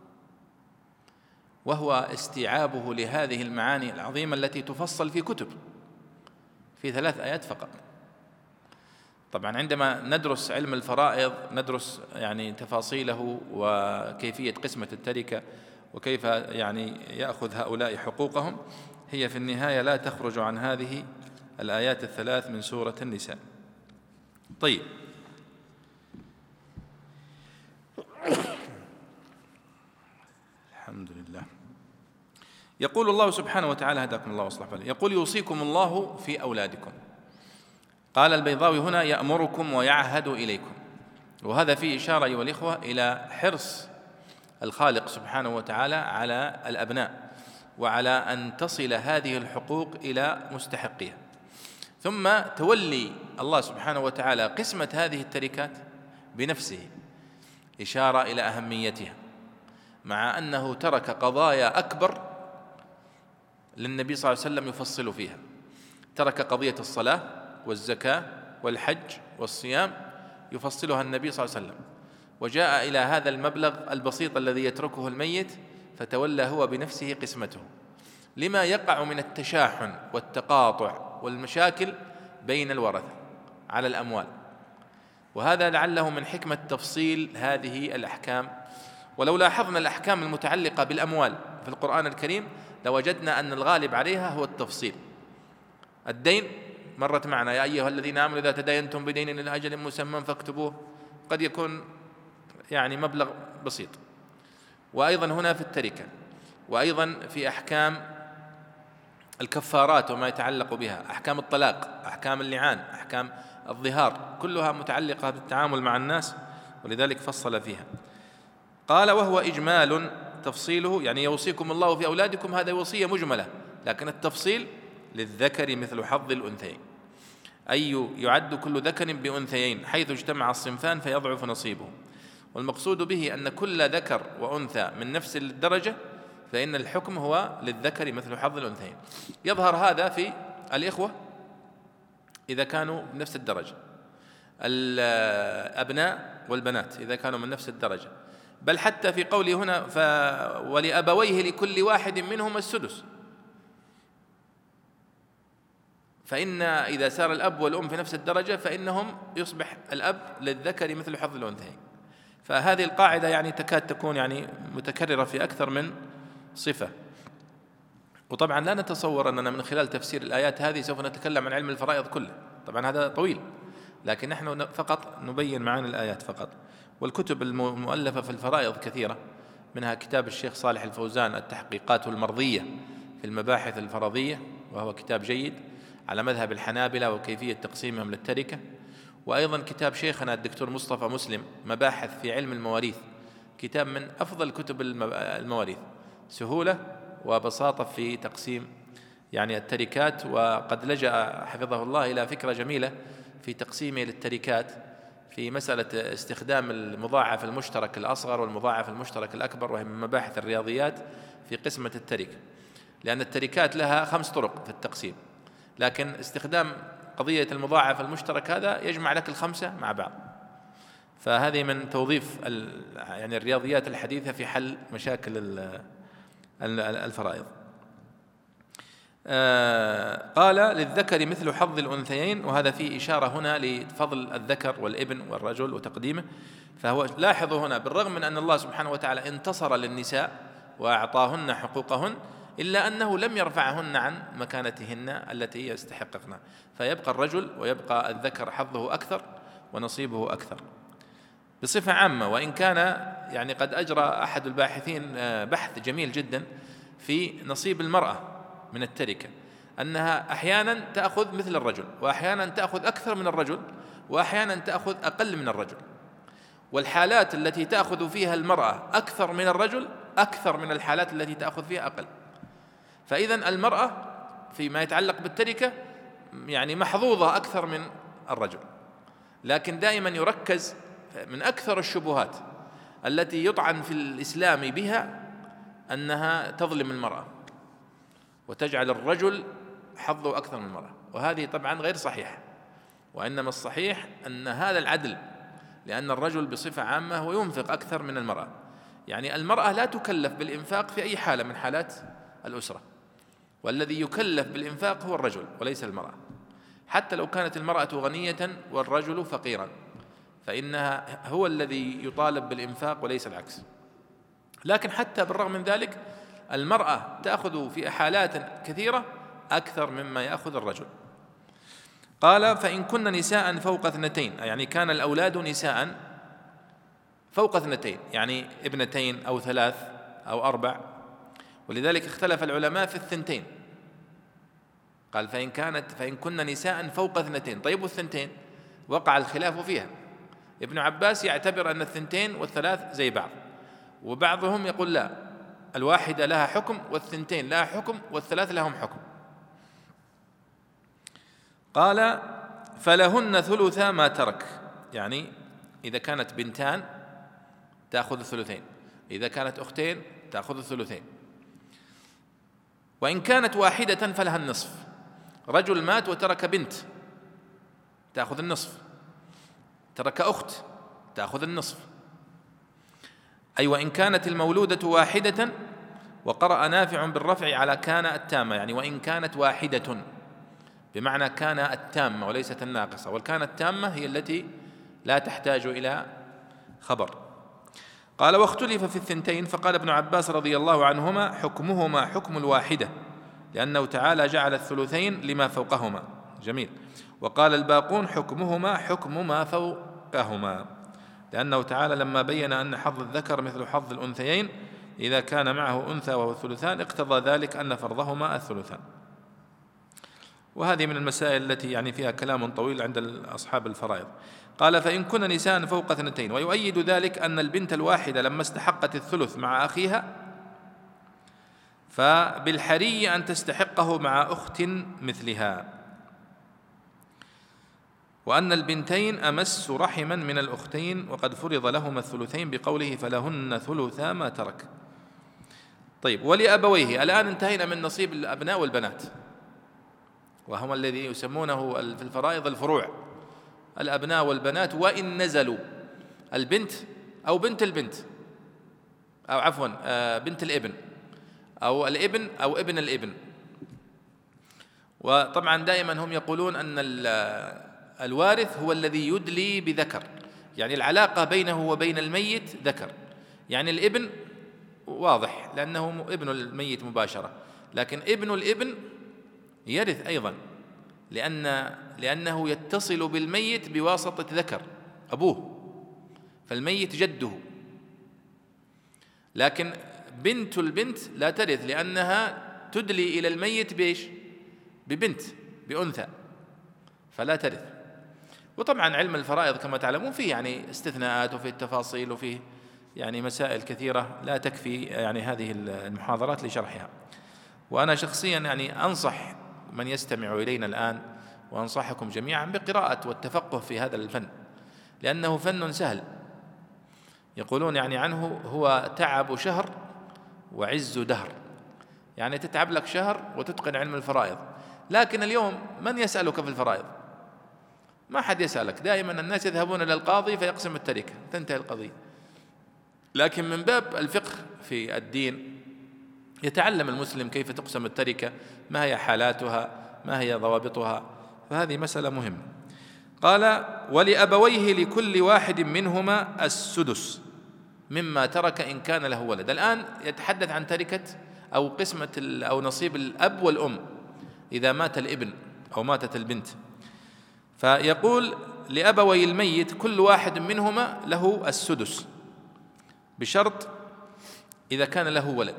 وهو استيعابه لهذه المعاني العظيمة التي تفصل في كتب في 3 آيات فقط. طبعا عندما ندرس علم الفرائض ندرس يعني تفاصيله وكيفية قسمة التركة وكيف يعني يأخذ هؤلاء حقوقهم، هي في النهاية لا تخرج عن هذه الآيات ال3 من سورة النساء. طيب، الحمد لله. يقول الله سبحانه وتعالى هداكم الله وأصلح بالكم، يقول يوصيكم الله في أولادكم. قال البيضاوي هنا: يأمركم ويعهد إليكم. وهذا فيه إشارة أيها الإخوة إلى حرص الخالق سبحانه وتعالى على الأبناء، وعلى أن تصل هذه الحقوق إلى مستحقها. ثم تولي الله سبحانه وتعالى قسمة هذه التركات بنفسه، إشارة إلى أهميتها، مع أنه ترك قضايا أكبر للنبي صلى الله عليه وسلم يفصل فيها. ترك قضية الصلاة والزكاة والحج والصيام يفصلها النبي صلى الله عليه وسلم، وجاء إلى هذا المبلغ البسيط الذي يتركه الميت فتولى هو بنفسه قسمته، لما يقع من التشاحن والتقاطع والمشاكل بين الورثة على الأموال. وهذا لعله من حكمة تفصيل هذه الأحكام. ولو لاحظنا الأحكام المتعلقة بالأموال في القرآن الكريم لوجدنا أن الغالب عليها هو التفصيل. الدين مرت معنا: يا أيها الذين آمنوا إذا تداينتم بدين إلى أجل مسمى فاكتبوه. قد يكون يعني مبلغ بسيط. وأيضا هنا في التركة، وأيضا في أحكام الكفارات وما يتعلق بها، أحكام الطلاق، أحكام اللعان، أحكام الظهار، كلها متعلقة بالتعامل مع الناس، ولذلك فصل فيها. قال: وهو إجمال تفصيله، يعني يوصيكم الله في أولادكم، هذا وصية مجملة، لكن التفصيل للذكر مثل حظ الأنثيين، أي يعد كل ذكر بأنثيين حيث اجتمع الصنفان فيضعف نصيبه. والمقصود به أن كل ذكر وأنثى من نفس الدرجة فإن الحكم هو للذكر مثل حظ الأنثيين. يظهر هذا في الإخوة إذا كانوا بنفس الدرجة، الأبناء والبنات إذا كانوا من نفس الدرجة، بل حتى في قوله هنا: ولأبويه لكل واحد منهم السدس. فإن إذا سار الأب والأم في نفس الدرجة فإنهم يصبح الأب للذكر مثل حظ الأنثيين. فهذه القاعدة يعني تكاد تكون يعني متكررة في أكثر من صفة. وطبعا لا نتصور أننا من خلال تفسير الآيات هذه سوف نتكلم عن علم الفرائض كله، طبعا هذا طويل، لكن نحن فقط نبين معاني الآيات فقط. والكتب المؤلفة في الفرائض كثيرة، منها كتاب الشيخ صالح الفوزان التحقيقات المرضية في المباحث الفرضية، وهو كتاب جيد على مذهب الحنابلة وكيفية تقسيمهم للتركة. وأيضا كتاب شيخنا الدكتور مصطفى مسلم مباحث في علم المواريث، كتاب من أفضل كتب المواريث، سهولة وبساطة في تقسيم يعني التركات. وقد لجأ حفظه الله إلى فكرة جميلة في تقسيمه للتركات في مسألة استخدام المضاعف المشترك الأصغر والمضاعف المشترك الأكبر، وهي من مباحث الرياضيات في قسمة التركة، لأن التركات لها 5 طرق في التقسيم، لكن استخدام قضية المضاعف المشترك هذا يجمع لك ال5 مع بعض. فهذه من توظيف يعني الرياضيات الحديثة في حل مشاكل الفرائض. قال: للذكر مثل حظ الأنثيين، وهذا فيه إشارة هنا لفضل الذكر والابن والرجل وتقديمه. فهو لاحظوا هنا بالرغم من أن الله سبحانه وتعالى انتصر للنساء وأعطاهن حقوقهن، إلا أنه لم يرفعهن عن مكانتهن التي يستحققن، فيبقى الرجل ويبقى الذكر حظه أكثر ونصيبه أكثر بصفة عامة. وإن كان يعني قد أجرى أحد الباحثين بحث جميل جدا في نصيب المرأة من التركة، أنها أحيانا تأخذ مثل الرجل، وأحيانا تأخذ أكثر من الرجل، وأحيانا تأخذ أقل من الرجل. والحالات التي تأخذ فيها المرأة أكثر من الرجل أكثر من الحالات التي تأخذ فيها أقل. فإذن المرأة فيما يتعلق بالتركة يعني محظوظة أكثر من الرجل، لكن دائما يركز من أكثر الشبهات التي يطعن في الإسلام بها أنها تظلم المرأة وتجعل الرجل حظه أكثر من المرأة، وهذه طبعا غير صحيحة. وإنما الصحيح أن هذا العدل، لأن الرجل بصفة عامة هو ينفق أكثر من المرأة. يعني المرأة لا تكلف بالإنفاق في أي حالة من حالات الأسرة، والذي يكلف بالإنفاق هو الرجل وليس المرأة، حتى لو كانت المرأة غنية والرجل فقيرا، فإنها هو الذي يطالب بالإنفاق وليس العكس. لكن حتى بالرغم من ذلك المرأة تأخذ في حالات كثيرة أكثر مما يأخذ الرجل. قال: فإن كن نساء فوق 2، يعني كان الأولاد نساء فوق 2، يعني 2 أو 3 أو 4. ولذلك اختلف العلماء في 2، قال فإن كن نساء فوق 2. طيب والثنتين وقع الخلاف فيها. ابن عباس يعتبر أن 2 و3 زي بعض، وبعضهم يقول لا، الواحدة لها حكم والثنتين لها حكم والثلاث لهم حكم. قال فلهن ثلثا ما ترك، يعني إذا كانت بنتان تأخذ الثلثين، إذا كانت أختين تأخذ الثلثين، وإن كانت واحدة فلها النصف. رجل مات وترك بنت تأخذ النصف، ترك أخت تأخذ النصف. أي وإن كانت المولودة واحدة، وقرأ نافع بالرفع على كان التامة، يعني وإن كانت واحدة بمعنى كان التامة وليست الناقصة، والكان التامة هي التي لا تحتاج إلى خبر. قال واختلف في الثنتين، فقال ابن عباس رضي الله عنهما حكمهما حكم الواحدة، لأنه تعالى جعل الثلثين لما فوقهما. جميل. وقال الباقون حكمهما حكم ما فوقهما، لأنه تعالى لما بين أن حظ الذكر مثل حظ الأنثيين إذا كان معه أنثى وهو الثلثان، اقتضى ذلك أن فرضهما الثلثان. وهذه من المسائل التي يعني فيها كلام طويل عند أصحاب الفرائض. قال فإن كن نساء فوق 2. ويؤيد ذلك أن البنت الواحدة لما استحقت الثلث مع أخيها فبالحري أن تستحقه مع أخت مثلها، وأن البنتين أمس رحما من الأختين وقد فرض لهما الثلثين بقوله فلهن ثلثا ما ترك. طيب ولأبويه، الآن انتهينا من نصيب الأبناء والبنات، وهم الذي يسمونه في الفرائض الفروع، الأبناء والبنات وإن نزلوا، البنت أو بنت البنت، أو عفوا بنت الابن، أو الابن أو ابن الابن. وطبعا دائما هم يقولون أن الوارث هو الذي يدلي بذكر، يعني العلاقة بينه وبين الميت ذكر، يعني الابن واضح لأنه ابن الميت مباشرة، لكن ابن الابن يرث أيضا لأنه يتصل بالميت بواسطة ذكر أبوه، فالميت جده. لكن بنت البنت لا ترث لأنها تدلي إلى الميت بإيش؟ ببنت، بأنثى، فلا ترث. وطبعا علم الفرائض كما تعلمون فيه يعني استثناءات وفيه التفاصيل وفيه يعني مسائل كثيرة لا تكفي يعني هذه المحاضرات لشرحها. وأنا شخصيا يعني أنصح من يستمع إلينا الآن وأنصحكم جميعا بقراءة والتفقه في هذا الفن، لأنه فن سهل. يقولون يعني عنه هو تعب شهر وعز دهر، يعني تتعب لك شهر وتتقن علم الفرائض. لكن اليوم من يسألك في الفرائض؟ ما حد يسألك، دائما الناس يذهبون إلى القاضي فيقسم التركة تنتهي القضية. لكن من باب الفقه في الدين يتعلم المسلم كيف تقسم التركة، ما هي حالاتها، ما هي ضوابطها، فهذه مسألة مهمة. قال ولأبويه لكل واحد منهما السدس مما ترك إن كان له ولد. الآن يتحدث عن تركة أو قسمة أو نصيب الأب والأم إذا مات الابن أو ماتت البنت، فيقول لأبوي الميت كل واحد منهما له السدس بشرط إذا كان له ولد،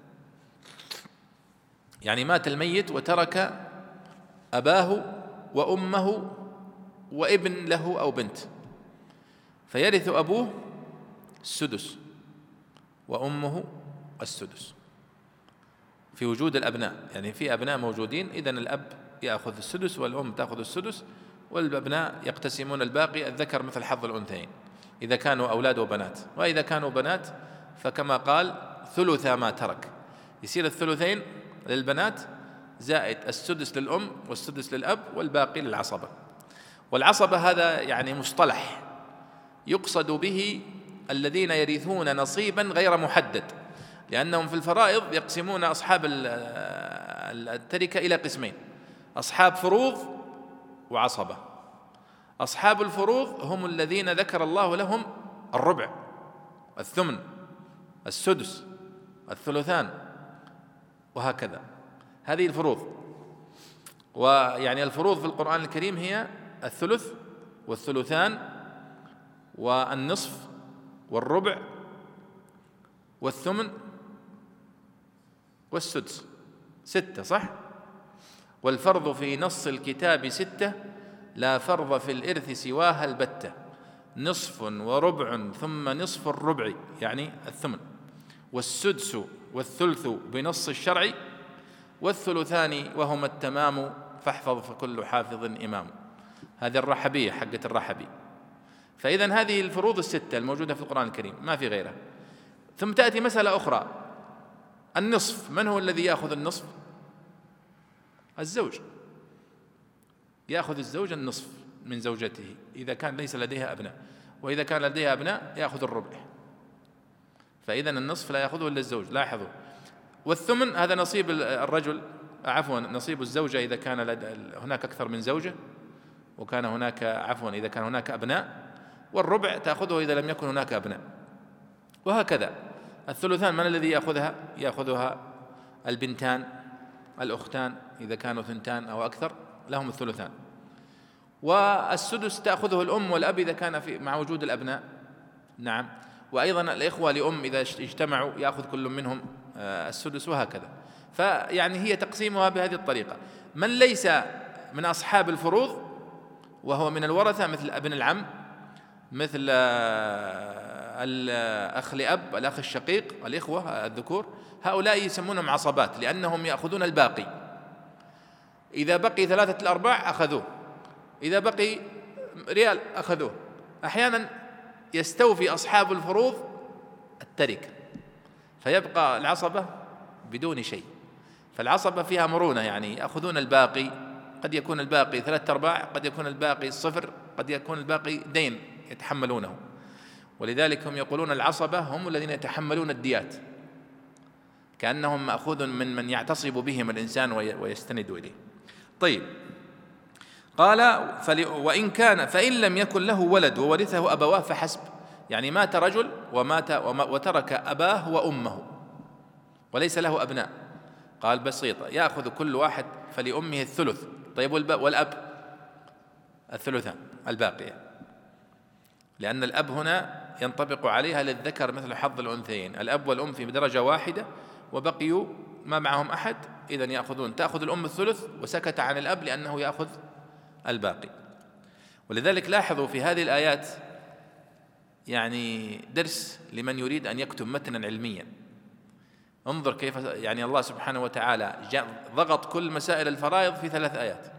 يعني مات الميت وترك أباه وأمه وابن له أو بنت، فيرث أبوه السدس وأمه السدس في وجود الأبناء، يعني في أبناء موجودين إذن الأب يأخذ السدس والأم تأخذ السدس، والأبناء يقتسمون الباقي، الذكر مثل حظ الأنثيين إذا كانوا أولاد وبنات، وإذا كانوا بنات فكما قال ثلث ما ترك، يصير الثلثين للبنات زائد السدس للأم والسدس للأب والباقي للعصبة. والعصبة هذا يعني مصطلح يقصد به الذين يرثون نصيبا غير محدد، لأنهم في الفرائض يقسمون أصحاب التركة إلى قسمين: أصحاب فروض وعصبة. أصحاب الفروض هم الذين ذكر الله لهم الربع، الثمن، السدس، الثلثان، وهكذا. هذه الفروض. ويعني الفروض في القرآن الكريم هي الثلث والثلثان والنصف والربع والثمن والسدس، 6 صح؟ والفرض في نص الكتاب 6 لا فرض في الإرث سواها البتة، نصف وربع ثم نصف الربع يعني الثمن، والسدس والثلث بنص الشرع، والثلثان وهما التمام، فاحفظ فكل حافظ إمام. هذه الرحبية حقة الرحبي. فإذا هذه الفروض 6 الموجودة في القرآن الكريم ما في غيرها. ثم تأتي مسألة أخرى، النصف. من هو الذي يأخذ النصف؟ الزوج. يأخذ الزوج النصف من زوجته إذا كان ليس لديها أبناء، وإذا كان لديها أبناء يأخذ الربع. فإذا النصف لا يأخذه إلا الزوج، لاحظوا. والثمن هذا نصيب الرجل، عفوا نصيب الزوجة إذا كان هناك أكثر من زوجة، وكان هناك إذا كان هناك أبناء، والربع تأخذه إذا لم يكن هناك أبناء، وهكذا. الثلثان من الذي يأخذها البنتان، الأختان إذا كانوا 2 أو أكثر لهم الثلثان. والسدس تأخذه الأم والأب إذا كان مع وجود الأبناء، نعم. وأيضا الإخوة لأم إذا اجتمعوا يأخذ كل منهم السدس، وهكذا. فيعني هي تقسيمها بهذه الطريقة. من ليس من أصحاب الفروض وهو من الورثة مثل ابن العم، مثل الأخ لأب، الأخ الشقيق، الإخوة الذكور، هؤلاء يسمونهم عصبات لأنهم يأخذون الباقي. إذا بقي 3/4 أخذوه، إذا بقي ريال أخذوه. أحيانا يستوفي أصحاب الفروض التركة فيبقى العصبة بدون شيء. فالعصبة فيها مرونة، يعني يأخذون الباقي، قد يكون الباقي 3/4، قد يكون الباقي 0، قد يكون الباقي دين يتحملونه. ولذلك هم يقولون العصبة هم الذين يتحملون الديات، كأنهم مأخوذ من يعتصب بهم الإنسان ويستند إليه. طيب، قال وإن كان فإن لم يكن له ولد وورثه أبواه فحسب، يعني مات رجل وترك أباه وأمه وليس له أبناء، قال بسيطة، يأخذ كل واحد فلأمه الثلث. طيب والأب الثلثان الباقية، لأن الأب هنا ينطبق عليها للذكر مثل حظ الأنثيين. الأب والأم في درجة واحدة وبقيوا ما معهم أحد، إذن تأخذ الأم الثلث، وسكت عن الأب لأنه يأخذ الباقي. ولذلك لاحظوا في هذه الآيات يعني درس لمن يريد أن يكتب متنا علميا. انظر كيف يعني الله سبحانه وتعالى ضغط كل مسائل الفرائض في 3 آيات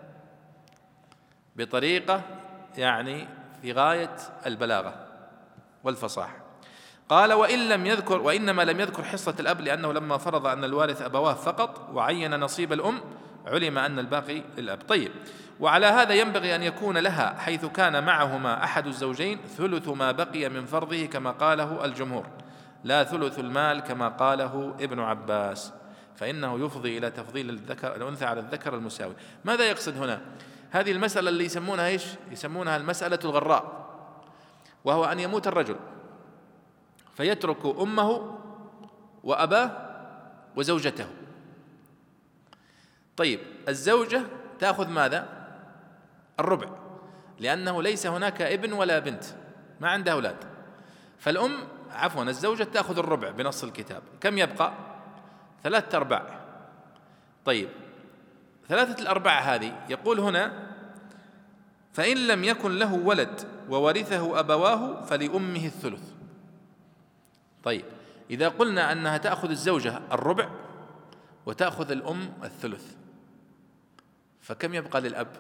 بطريقة يعني في غاية البلاغة والفصاحة. قال وإنما لم يذكر حصة الأب لأنه لما فرض أن الوارث أبواه فقط وعين نصيب الأم علم أن الباقي للأب. طيب، وعلى هذا ينبغي أن يكون لها حيث كان معهما أحد الزوجين ثلث ما بقي من فرضه كما قاله الجمهور، لا ثلث المال كما قاله ابن عباس، فإنه يفضي إلى تفضيل الأنثى على الذكر المساوي. ماذا يقصد هنا؟ هذه المسألة اللي يسمونها إيش؟ يسمونها المسألة الغراء، وهو أن يموت الرجل فيترك أمه وأباه وزوجته. طيب، الزوجة تأخذ ماذا؟ الربع، لأنه ليس هناك ابن ولا بنت، ما عندها أولاد. الزوجة تأخذ الربع بنص الكتاب. كم يبقى؟ 3/4. طيب، 3/4 هذه يقول هنا فإن لم يكن له ولد وورثه أبواه فلأمه الثلث. طيب، إذا قلنا أنها تأخذ الزوجة الربع وتأخذ الأم الثلث، فكم يبقى للأب؟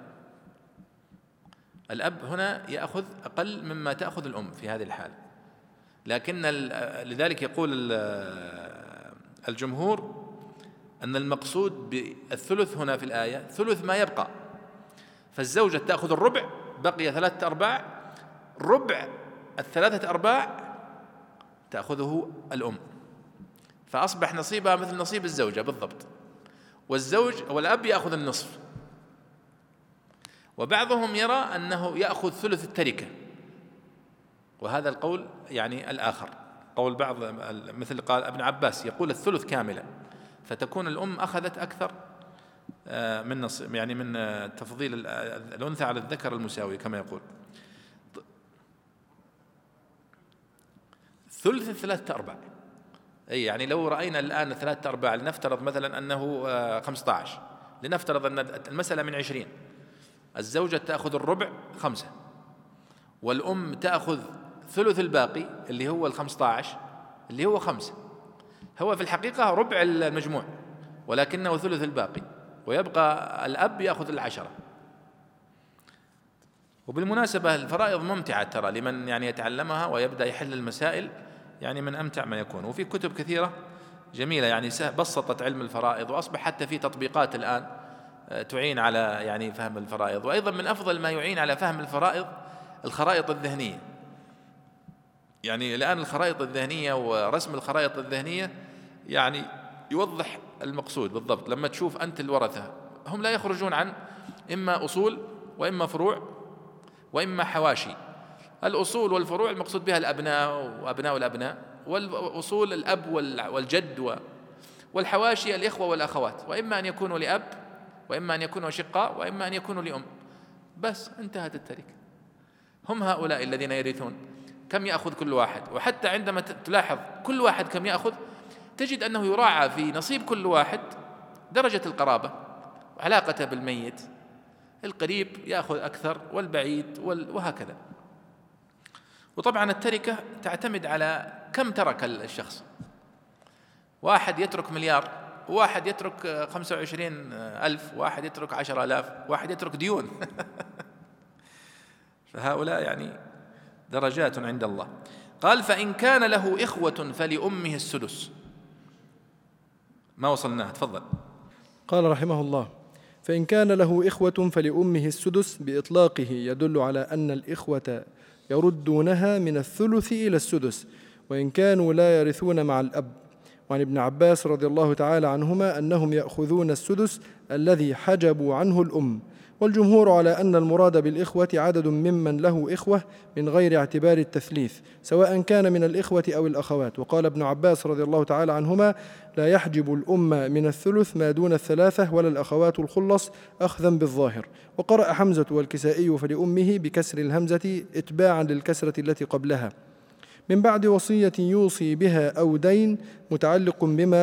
الأب هنا يأخذ أقل مما تأخذ الأم في هذه الحالة، لكن لذلك يقول الجمهور أن المقصود بالثلث هنا في الآية ثلث ما يبقى. فالزوجة تأخذ الربع، بقي 3/4، ربع 3/4 تأخذه الأم، فأصبح نصيبها مثل نصيب الزوجة بالضبط. والزوج والأب يأخذ النصف. وبعضهم يرى أنه يأخذ ثلث التركة، وهذا القول يعني الآخر قول بعض، مثل قال ابن عباس يقول الثلث كاملا، فتكون الأم أخذت أكثر من نصيب، يعني من تفضيل الأنثى على الذكر المساوي كما يقول. ثلث 3/4، أي يعني لو رأينا الآن 3/4 لنفترض مثلا أنه 15 لنفترض أن المسألة من 20، الزوجة تأخذ الربع 5، والأم تأخذ ثلث الباقي اللي هو 15 اللي هو 5، هو في الحقيقة ربع المجموع ولكنه ثلث الباقي، ويبقى الأب يأخذ 10. وبالمناسبة الفرائض ممتعة ترى لمن يعني يتعلمها ويبدأ يحل المسائل، يعني من أمتع ما يكون. وفي كتب كثيرة جميلة يعني بسطت علم الفرائض، وأصبح حتى في تطبيقات الآن تعين على يعني فهم الفرائض. وأيضا من أفضل ما يعين على فهم الفرائض الخرائط الذهنية. يعني الآن الخرائط الذهنية ورسم الخرائط الذهنية يعني يوضح المقصود بالضبط. لما تشوف أنت الورثة هم لا يخرجون عن إما أصول وإما فروع وإما حواشي. الأصول والفروع المقصود بها الأبناء وأبناء الأبناء، والأصول الأب والجد، والحواشي الإخوة والأخوات، وإما أن يكونوا لأب وإما أن يكونوا أشقاء وإما أن يكونوا لأم. بس انتهت التركة. هم هؤلاء الذين يرثون. كم يأخذ كل واحد؟ وحتى عندما تلاحظ كل واحد كم يأخذ تجد أنه يراعى في نصيب كل واحد درجة القرابة وعلاقته بالميت، القريب يأخذ أكثر والبعيد وهكذا. وطبعا التركة تعتمد على كم ترك الشخص. واحد يترك مليار، وواحد يترك 25,000، واحد يترك 10,000، واحد يترك ديون. فهؤلاء يعني درجات عند الله. قال فإن كان له إخوة فلأمه السدس. ما وصلناه، تفضل. قال رحمه الله: فإن كان له إخوة فلأمه السدس بإطلاقه يدل على أن الإخوة يردونها من الثلث إلى السدس وإن كانوا لا يرثون مع الأب. وعن ابن عباس رضي الله تعالى عنهما أنهم يأخذون السدس الذي حجبوا عنه الأم. والجمهور على أن المراد بالإخوة عدد ممن له إخوة من غير اعتبار التثليث، سواء كان من الإخوة أو الأخوات. وقال ابن عباس رضي الله تعالى عنهما: لا يحجب الأم من الثلث ما دون الثلاثة ولا الأخوات الخلص أخذا بالظاهر. وقرأ حمزة والكسائي فلأمه بكسر الهمزة اتباعا للكسرة التي قبلها من بعد وصية يوصي بها أو دين متعلق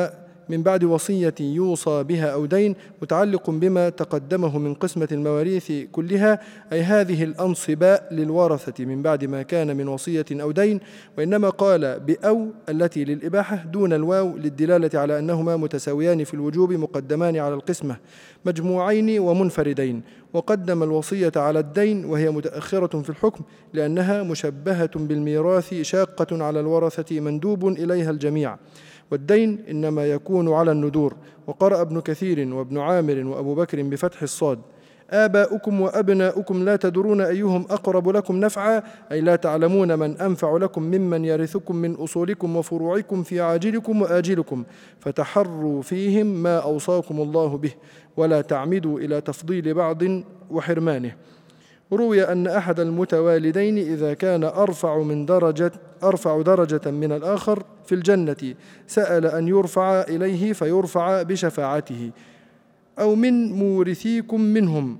بما تقدمه من قسمة المواريث كلها، أي هذه الأنصباء للورثة من بعد ما كان من وصية أو دين. وإنما قال بأو التي للإباحة دون الواو للدلالة على أنهما متساويان في الوجوب مقدمان على القسمة مجموعين ومنفردين، وقدم الوصية على الدين وهي متأخرة في الحكم لأنها مشبهة بالميراث شاقة على الورثة مندوب إليها الجميع، والدين إنما يكون على الندور. وقرأ ابن كثير وابن عامر وأبو بكر بفتح الصاد: آباؤكم وأبناؤكم لا تدرون أيهم أقرب لكم نفعا، أي لا تعلمون من أنفع لكم ممن يرثكم من أصولكم وفروعكم في عاجلكم وآجلكم، فتحروا فيهم ما أوصاكم الله به ولا تعمدوا إلى تفضيل بعض وحرمانه. روي أن أحد المتوالدين إذا كان أرفع درجة من الآخر في الجنة سأل أن يرفع إليه فيرفع بشفاعته، أو من مورثيكم منهم،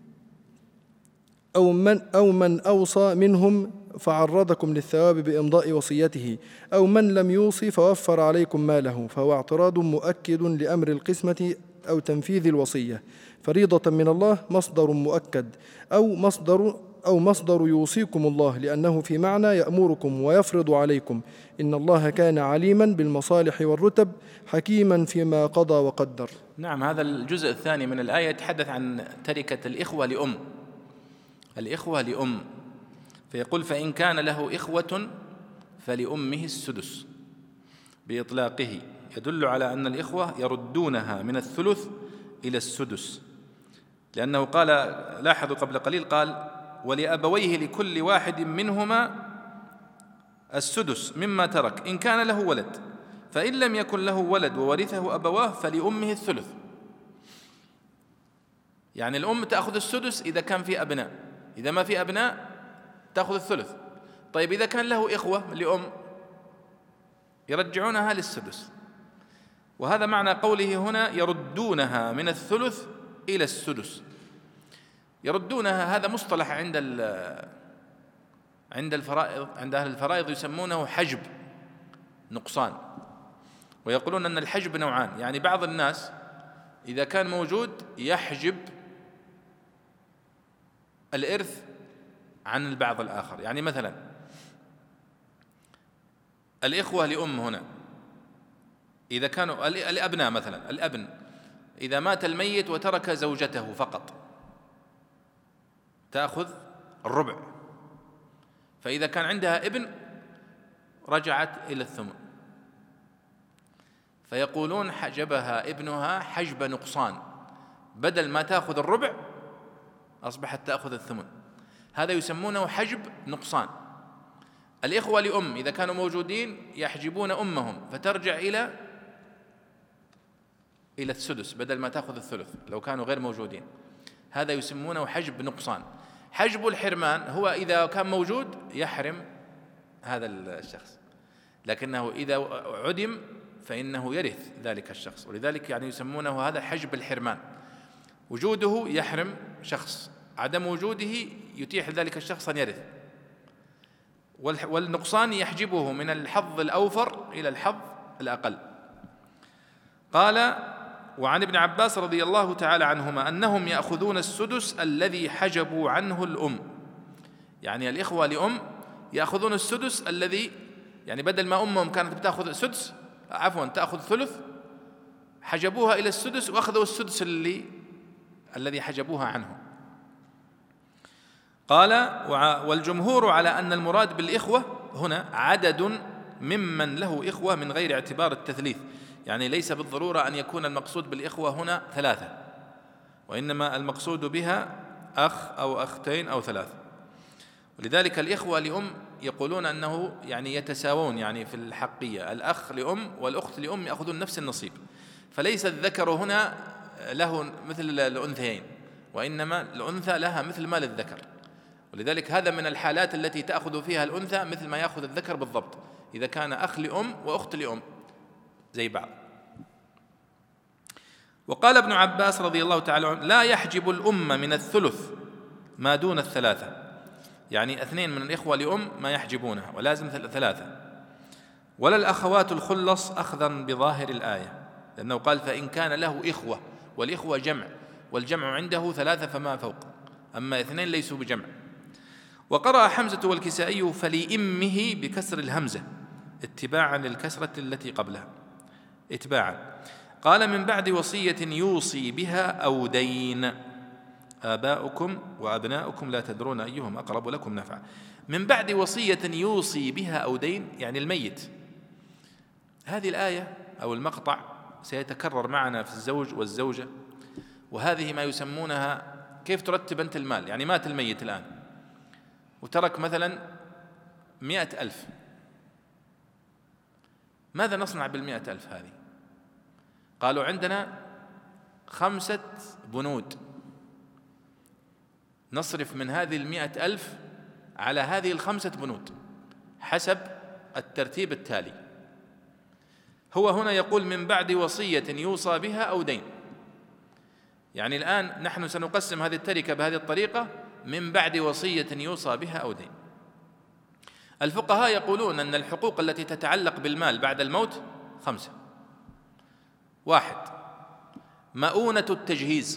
أو من أوصى منهم فعرضكم للثواب بإمضاء وصيته، أو من لم يوصي فوفر عليكم ماله، فهو اعتراض مؤكد لأمر القسمة أو تنفيذ الوصية. فريضة من الله مصدر مؤكد، أو مصدر يوصيكم الله، لأنه في معنى يأمركم ويفرض عليكم. إن الله كان عليما بالمصالح والرتب حكيما فيما قضى وقدر. نعم، هذا الجزء الثاني من الآية يتحدث عن تركة الإخوة لأم، فيقول فإن كان له إخوة فلأمه السدس بإطلاقه يدل على أن الإخوة يردونها من الثلث إلى السدس، لأنه قال، لاحظوا قبل قليل قال ولأبويه لكل واحد منهما السدس مما ترك إن كان له ولد، فإن لم يكن له ولد وورثه أبواه فلأمه الثلث. يعني الأم تأخذ السدس إذا كان في أبناء، إذا ما في أبناء تأخذ الثلث. طيب إذا كان له إخوة لأم يرجعونها للسدس. وهذا معنى قوله هنا يردونها من الثلث إلى السدس. يردونها هذا مصطلح عند الفرائض، عند أهل الفرائض يسمونه حجب نقصان، ويقولون أن الحجب نوعان. يعني بعض الناس إذا كان موجود يحجب الإرث عن البعض الآخر. يعني مثلا الإخوة لأم هنا إذا كانوا الأبناء، مثلا الأبن إذا مات الميت وترك زوجته فقط تأخذ الربع، فإذا كان عندها ابن رجعت إلى الثمن، فيقولون حجبها ابنها حجب نقصان، بدل ما تأخذ الربع أصبحت تأخذ الثمن، هذا يسمونه حجب نقصان. الإخوة لأم إذا كانوا موجودين يحجبون أمهم فترجع إلى السدس بدل ما تأخذ الثلث لو كانوا غير موجودين، هذا يسمونه حجب نقصان. حجب الحرمان هو إذا كان موجود يحرم هذا الشخص، لكنه إذا عدم فإنه يرث ذلك الشخص، ولذلك يعني يسمونه هذا حجب الحرمان، وجوده يحرم شخص، عدم وجوده يتيح ذلك الشخص أن يرث، والنقصان يحجبه من الحظ الأوفر إلى الحظ الأقل. قال: وعن ابن عباس رضي الله تعالى عنهما أنهم يأخذون السدس الذي حجبوا عنه الأم، يعني الإخوة لأم يأخذون السدس الذي، يعني بدل ما أمهم كانت بتأخذ سدس، عفوا تأخذ ثلث، حجبوها إلى السدس وأخذوا السدس الذي حجبوها عنه. قال: والجمهور على أن المراد بالإخوة هنا عدد ممن له إخوة من غير اعتبار التثليث، يعني ليس بالضرورة أن يكون المقصود بالإخوة هنا 3، وإنما المقصود بها أخ أو أختين أو 3. ولذلك الإخوة لأم يقولون أنه يعني يتساوون يعني في الحقية، الأخ لأم والأخت لأم يأخذون نفس النصيب، فليس الذكر هنا له مثل الأنثيين، وإنما الأنثى لها مثل ما للذكر، ولذلك هذا من الحالات التي تأخذ فيها الأنثى مثل ما يأخذ الذكر بالضبط، إذا كان أخ لأم وأخت لأم زي بعض. وقال ابن عباس رضي الله تعالى عنه: لا يحجب الأمة من الثلث ما دون 3، يعني 2 من الإخوة لأم ما يحجبونها ولازم 3، ولا الأخوات الخلص أخذا بظاهر الآية، لأنه قال: فإن كان له إخوة، والإخوة جمع، والجمع عنده 3 فما فوق، أما 2 ليسوا بجمع. وقرأ حمزة والكسائي: فلإمه بكسر الهمزة اتباعا للكسرة التي قبلها، اتباعا. قال: من بعد وصية يوصي بها أو دين، آباؤكم وأبناؤكم لا تدرون أيهم أقرب لكم نفعا. من بعد وصية يوصي بها أو دين، يعني الميت. هذه الآية أو المقطع سيتكرر معنا في الزوج والزوجة، وهذه ما يسمونها كيف ترتب أنت المال. يعني مات الميت الآن وترك مثلا 100,000، ماذا نصنع 100,000 هذه؟ قالوا: عندنا 5 بنود نصرف من هذه 100,000 على هذه 5 بنود حسب الترتيب التالي. هو هنا يقول: من بعد وصية يوصى بها أو دين، يعني الآن نحن سنقسم هذه التركة بهذه الطريقة: من بعد وصية يوصى بها أو دين. الفقهاء يقولون أن الحقوق التي تتعلق بالمال بعد الموت 5. 1: مؤونة التجهيز،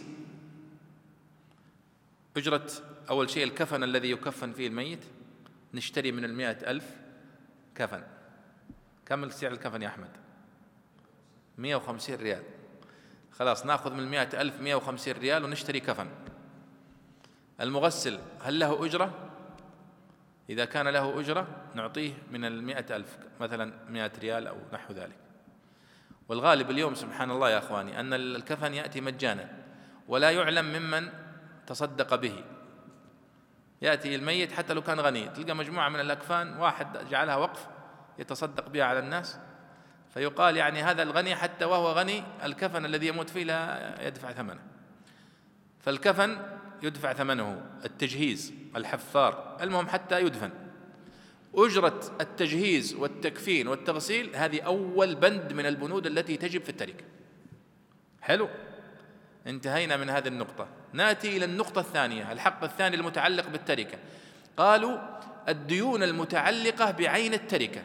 أجرة أول شيء الكفن الذي يكفن فيه الميت، نشتري من 100,000 كفن. كم سعر الكفن يا أحمد؟ 150 ريال. خلاص نأخذ من 100,000 150 ريال ونشتري كفن. المغسل هل له أجرة؟ إذا كان له أجرة نعطيه من 100,000 مثلا 100 ريال أو نحو ذلك. والغالب اليوم سبحان الله يا أخواني أن الكفن يأتي مجانا ولا يعلم ممن تصدق به. يأتي الميت حتى لو كان غني، تلقى مجموعة من الأكفان واحد جعلها وقف يتصدق بها على الناس، فيقال يعني هذا الغني حتى وهو غني الكفن الذي يموت فيه لا يدفع ثمنه. فالكفن يدفع ثمنه، التجهيز، الحفار، المهم حتى يدفن. أجرة التجهيز والتكفين والتغسيل هذه أول بند من البنود التي تجب في التركة. حلو، انتهينا من هذه النقطة. نأتي إلى النقطة الثانية، الحق الثاني المتعلق بالتركة. قالوا: الديون المتعلقة بعين التركة،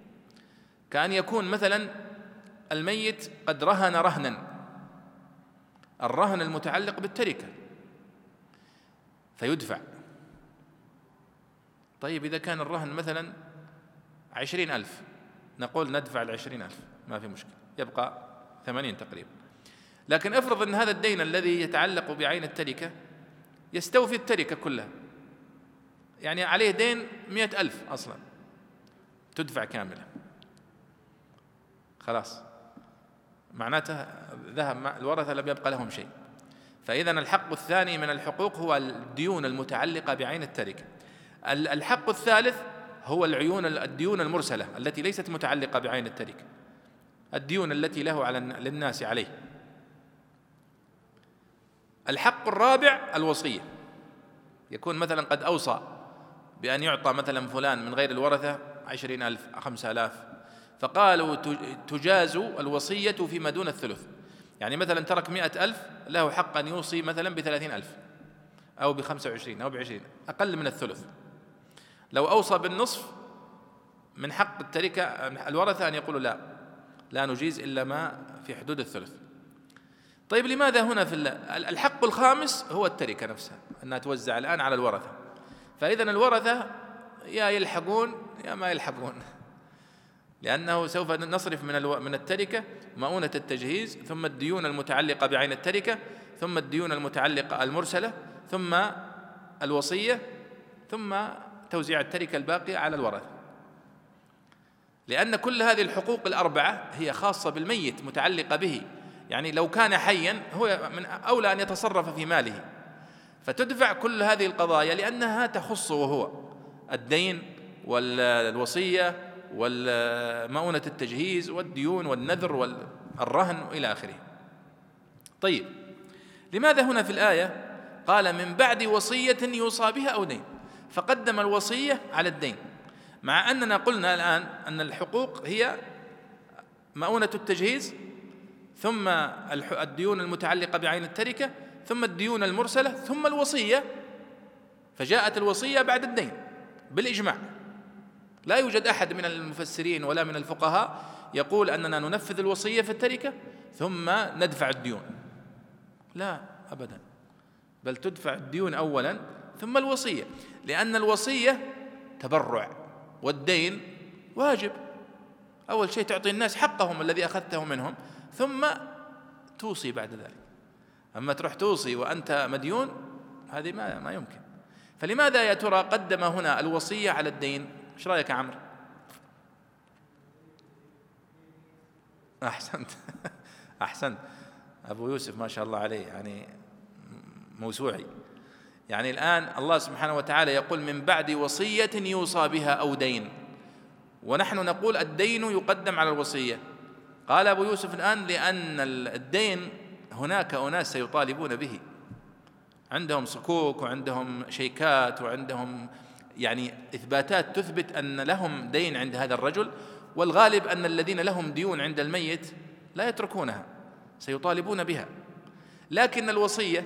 كأن يكون مثلا الميت قد رهن رهنا الرهن المتعلق بالتركة فيدفع. طيب إذا كان الرهن مثلا 20,000 نقول ندفع 20,000 ما في مشكلة، يبقى 80 تقريبا. لكن افرض أن هذا الدين الذي يتعلق بعين التركة يستوفي التركة كلها، يعني عليه دين 100,000 أصلا، تدفع كاملة، خلاص معناته ذهب الورثة لم يبقى لهم شيء. فإذن الحق الثاني من الحقوق هو الديون المتعلقة بعين التركة. الحق الثالث هو الديون المرسلة التي ليست متعلقة بعين التركة، الديون التي له للناس عليه. الحق الرابع الوصية، يكون مثلا قد أوصى بأن يعطى مثلا فلان من غير الورثة 20,000 5,000، فقالوا تجاز الوصية فيما دون الثلث. يعني مثلا ترك 100,000 له حق أن يوصي مثلا ب30,000 أو ب25 أو ب20، أقل من الثلث. لو أوصى بالنصف من حق التركة الورثة أن يقولوا لا نجيز إلا ما في حدود الثلث. طيب لماذا هنا في الحق الخامس هو التركة نفسها أنها توزع الآن على الورثة؟ فإذن الورثة يا يلحقون يا ما يلحقون، لأنه سوف نصرف من التركة مؤونة التجهيز، ثم الديون المتعلقة بعين التركة، ثم الديون المتعلقة المرسلة، ثم الوصية، ثم توزيع التركة الباقية على الورثة. لأن كل هذه الحقوق الأربعة هي خاصة بالميت متعلقة به، يعني لو كان حيا هو من أولى أن يتصرف في ماله، فتدفع كل هذه القضايا لأنها تخصه هو، الدين والوصية والمؤونة التجهيز والديون والنذر والرهن إلى آخره. طيب لماذا هنا في الآية قال من بعد وصية يوصى بها أو دين، فقدم الوصية على الدين، مع أننا قلنا الآن أن الحقوق هي مؤونة التجهيز، ثم الديون المتعلقة بعين التركة، ثم الديون المرسلة، ثم الوصية، فجاءت الوصية بعد الدين بالإجماع. لا يوجد أحد من المفسرين ولا من الفقهاء يقول أننا ننفذ الوصية في التركة ثم ندفع الديون، لا أبدا، بل تدفع الديون أولا ثم الوصية، لأن الوصية تبرع والدين واجب. أول شيء تعطي الناس حقهم الذي أخذته منهم، ثم توصي بعد ذلك. أما تروح توصي وأنت مديون، هذه ما يمكن. فلماذا يا ترى قدم هنا الوصية على الدين؟ ايش رأيك يا عمرو؟ أحسنت أبو يوسف ما شاء الله عليه، يعني موسوعي. يعني الآن الله سبحانه وتعالى يقول من بعد وصية يوصى بها أو دين، ونحن نقول الدين يقدم على الوصية. قال أبو يوسف الآن لأن الدين هناك أناس سيطالبون به، عندهم صكوك وعندهم شيكات وعندهم يعني إثباتات تثبت أن لهم دين عند هذا الرجل، والغالب أن الذين لهم ديون عند الميت لا يتركونها، سيطالبون بها. لكن الوصية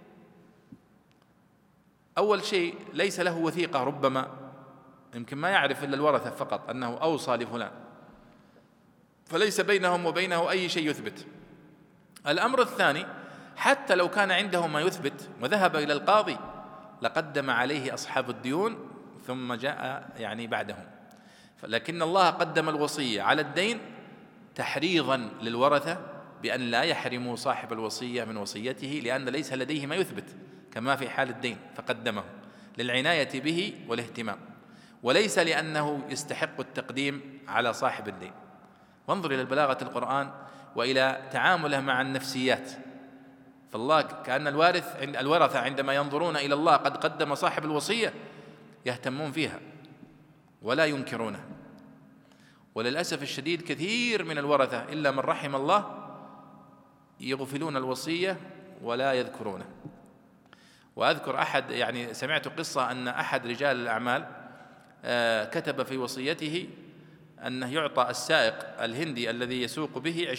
أول شيء ليس له وثيقة، ربما يمكن ما يعرف إلا الورثة فقط أنه أوصى لفلان، فليس بينهم وبينه أي شيء يثبت. الأمر الثاني، حتى لو كان عنده ما يثبت وذهب إلى القاضي لقدم عليه أصحاب الديون ثم جاء يعني بعدهم، لكن الله قدم الوصية على الدين تحريضا للورثة بأن لا يحرموا صاحب الوصية من وصيته، لأن ليس لديه ما يثبت كما في حال الدين، فقدمه للعناية به والاهتمام، وليس لأنه يستحق التقديم على صاحب الدين. وانظر إلى بلاغة القرآن وإلى تعامله مع النفسيات. فالله كأن الورثة عندما ينظرون إلى الله قد قدم صاحب الوصية يهتمون فيها ولا ينكرونه. وللأسف الشديد كثير من الورثة إلا من رحم الله يغفلون الوصية ولا يذكرونه. وأذكر أحد، يعني سمعت قصة أن أحد رجال الأعمال كتب في وصيته أنه يعطى السائق الهندي الذي يسوق به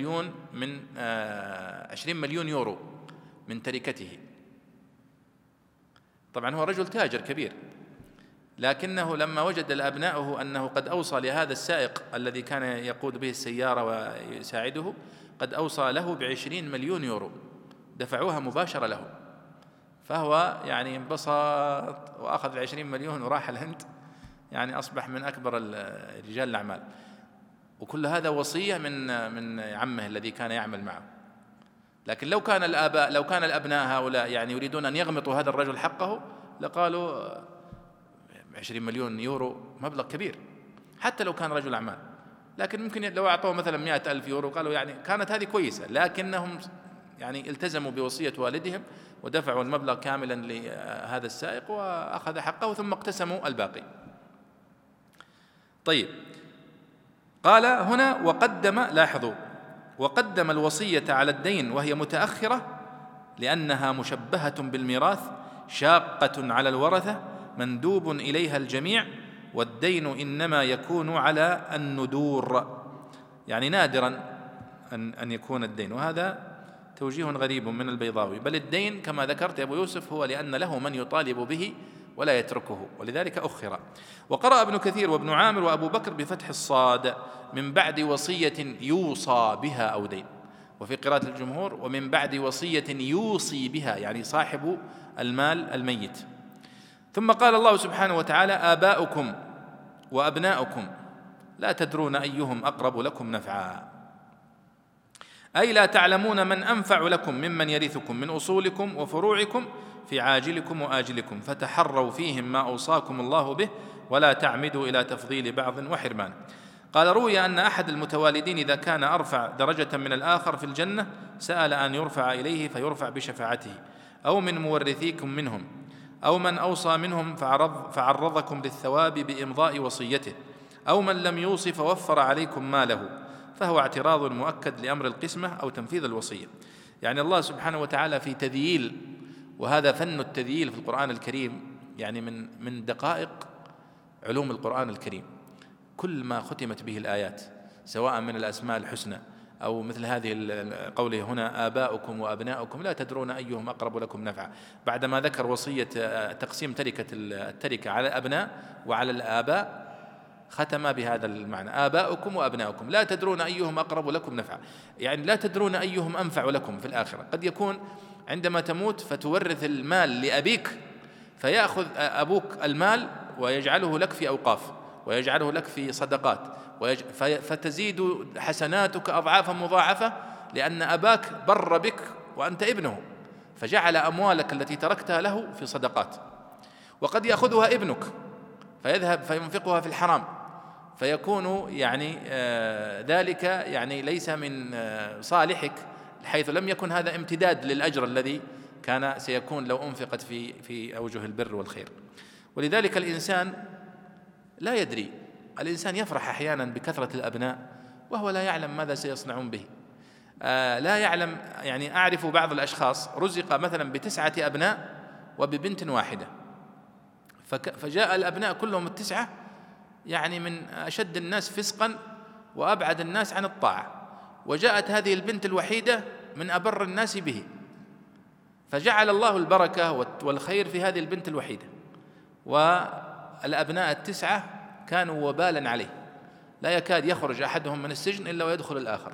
20 مليون يورو من تركته. طبعا هو رجل تاجر كبير، لكنه لما وجد أبناؤه أنه قد أوصى لهذا السائق الذي كان يقود به السيارة ويساعده، قد أوصى له ب20 مليون يورو، دفعوها مباشرة له، فهو يعني انبسط وأخذ 20 مليون وراح الهند، يعني أصبح من أكبر رجال الأعمال. وكل هذا وصية من عمه الذي كان يعمل معه. لكن لو كان الأبناء هؤلاء يعني يريدون أن يغمطوا هذا الرجل حقه لقالوا 20 مليون يورو مبلغ كبير حتى لو كان رجل أعمال، لكن ممكن لو أعطوه مثلا 100,000 يورو قالوا يعني كانت هذه كويسة، لكنهم يعني التزموا بوصية والدهم ودفعوا المبلغ كاملا لهذا السائق وأخذ حقه ثم اقتسموا الباقي. طيب، قال هنا لاحظوا وقدم الوصية على الدين وهي متأخرة لأنها مشبهة بالميراث شاقة على الورثة مندوب إليها الجميع، والدين إنما يكون على الندور، يعني نادرا أن يكون الدين. وهذا توجيه غريب من البيضاوي، بل الدين كما ذكرت يا أبو يوسف هو لأن له من يطالب به ولا يتركه، ولذلك أخر. وقرأ ابن كثير وابن عامر وأبو بكر بفتح الصاد من بعد وصية يوصى بها أو دين، وفي قراءة الجمهور ومن بعد وصية يوصي بها، يعني صاحب المال الميت. ثم قال الله سبحانه وتعالى: آباؤكم وأبناؤكم لا تدرون أيهم أقرب لكم نفعا، أي لا تعلمون من أنفع لكم ممن يرثكم من أصولكم وفروعكم في عاجلكم وآجلكم، فتحروا فيهم ما أوصاكم الله به ولا تعمدوا إلى تفضيل بعض وحرمان. قال: روي أن أحد المتوالدين إذا كان أرفع درجة من الآخر في الجنة سأل أن يرفع إليه فيرفع بشفاعته، أو من مورثيكم منهم، أو من أوصى منهم فعرضكم للثواب بإمضاء وصيته، أو من لم يوصي فوفر عليكم ماله، فهو اعتراض مؤكد لأمر القسمة أو تنفيذ الوصية. يعني الله سبحانه وتعالى في تذييل، وهذا فن التذييل في القرآن الكريم، يعني من دقائق علوم القرآن الكريم. كل ما ختمت به الآيات سواء من الأسماء الحسنى أو مثل هذه قوله هنا: آباؤكم وأبناؤكم لا تدرون أيهم أقرب لكم نفعا، بعدما ذكر وصية تقسيم التركة على الأبناء وعلى الآباء ختم بهذا المعنى: آباؤكم وأبناؤكم لا تدرون أيهم أقرب لكم نفعا، يعني لا تدرون أيهم أنفع لكم في الآخرة. قد يكون عندما تموت فتورث المال لأبيك فيأخذ أبوك المال ويجعله لك في أوقاف ويجعله لك في صدقات فتزيد حسناتك أضعافا مضاعفة، لأن أباك بر بك وأنت ابنه فجعل أموالك التي تركتها له في صدقات. وقد يأخذها ابنك فيذهب فينفقها في الحرام، فيكون يعني ذلك يعني ليس من صالحك، حيث لم يكن هذا امتداد للأجر الذي كان سيكون لو أنفقت في أوجه البر والخير. ولذلك الإنسان لا يدري، الإنسان يفرح أحيانا بكثرة الأبناء وهو لا يعلم ماذا سيصنعون به، لا يعلم. يعني أعرف بعض الأشخاص رزق مثلا ب9 أبناء وببنت واحدة، فجاء الأبناء كلهم 9 يعني من أشد الناس فسقا وأبعد الناس عن الطاعة، وجاءت هذه البنت الوحيدة من أبر الناس به، فجعل الله البركة والخير في هذه البنت الوحيدة، والأبناء 9 كانوا وبالا عليه، لا يكاد يخرج أحدهم من السجن إلا ويدخل الآخر.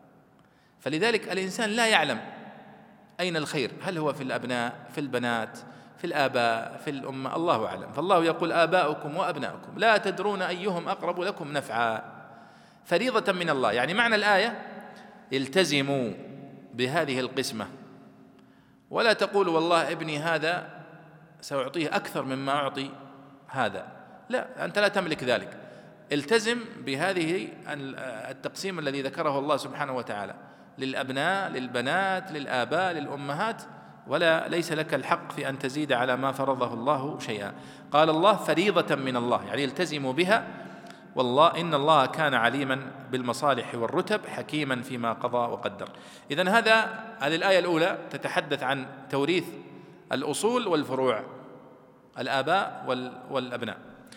فلذلك الإنسان لا يعلم أين الخير، هل هو في الأبناء، في البنات، في الآباء، في الأمة، الله أعلم. فالله يقول: آباؤكم وأبناؤكم لا تدرون أيهم أقرب لكم نفعا، فريضة من الله. يعني معنى الآية: التزموا بهذه القسمة، ولا تقولوا والله ابني هذا سأعطيه أكثر مما أعطي هذا، لا، أنت لا تملك ذلك. التزم بهذه التقسيم الذي ذكره الله سبحانه وتعالى للأبناء، للبنات، للآباء، للأمهات، ليس لك الحق في أن تزيد على ما فرضه الله شيئا. قال الله: فريضة من الله، يعني التزموا بها، والله إن الله كان عليما بالمصالح والرتب حكيما فيما قضى وقدر. إذن هذه الآية الأولى تتحدث عن توريث الأصول والفروع، الآباء والأبناء.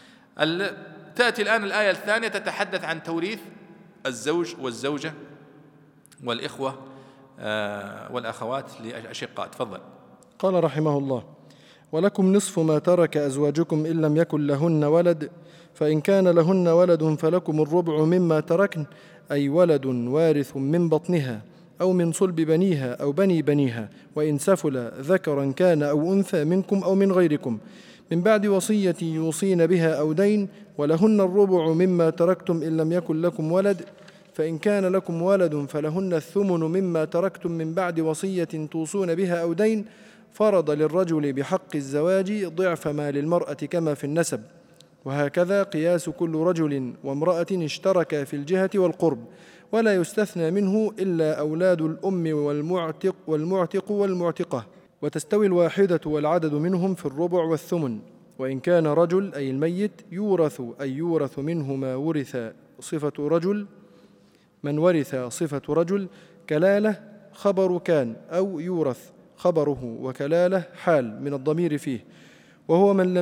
تأتي الآن الآية الثانية تتحدث عن توريث الزوج والزوجة والإخوة والأخوات لأشقاء. تفضل. قال رحمه الله: ولكم نصف ما ترك أزواجكم إن لم يكن لهن ولد، فإن كان لهن ولد فلكم الربع مما تركن، أي ولد وارث من بطنها أو من صلب بنيها أو بني بنيها، وإن سفل ذكرا كان أو أنثى منكم أو من غيركم، من بعد وصية يوصين بها أو دين، ولهن الربع مما تركتم إن لم يكن لكم ولد، فإن كان لكم ولد فلهن الثمن مما تركتم من بعد وصية توصون بها أو دين، فرض للرجل بحق الزواج ضعف ما للمرأة كما في النسب. وهكذا قياس كل رجل وامرأة اشتركا في الجهة والقرب، ولا يستثنى منه إلا أولاد الأم والمعتق والمعتقة، وتستوي الواحدة والعدد منهم في الربع والثمن. وإن كان رجل أي الميت يورث أي يورث منه ما ورث صفة رجل، من ورث صفة رجل، كلالة خبر كان، أو يورث خبره وكلالة حال من الضمير فيه، وهو من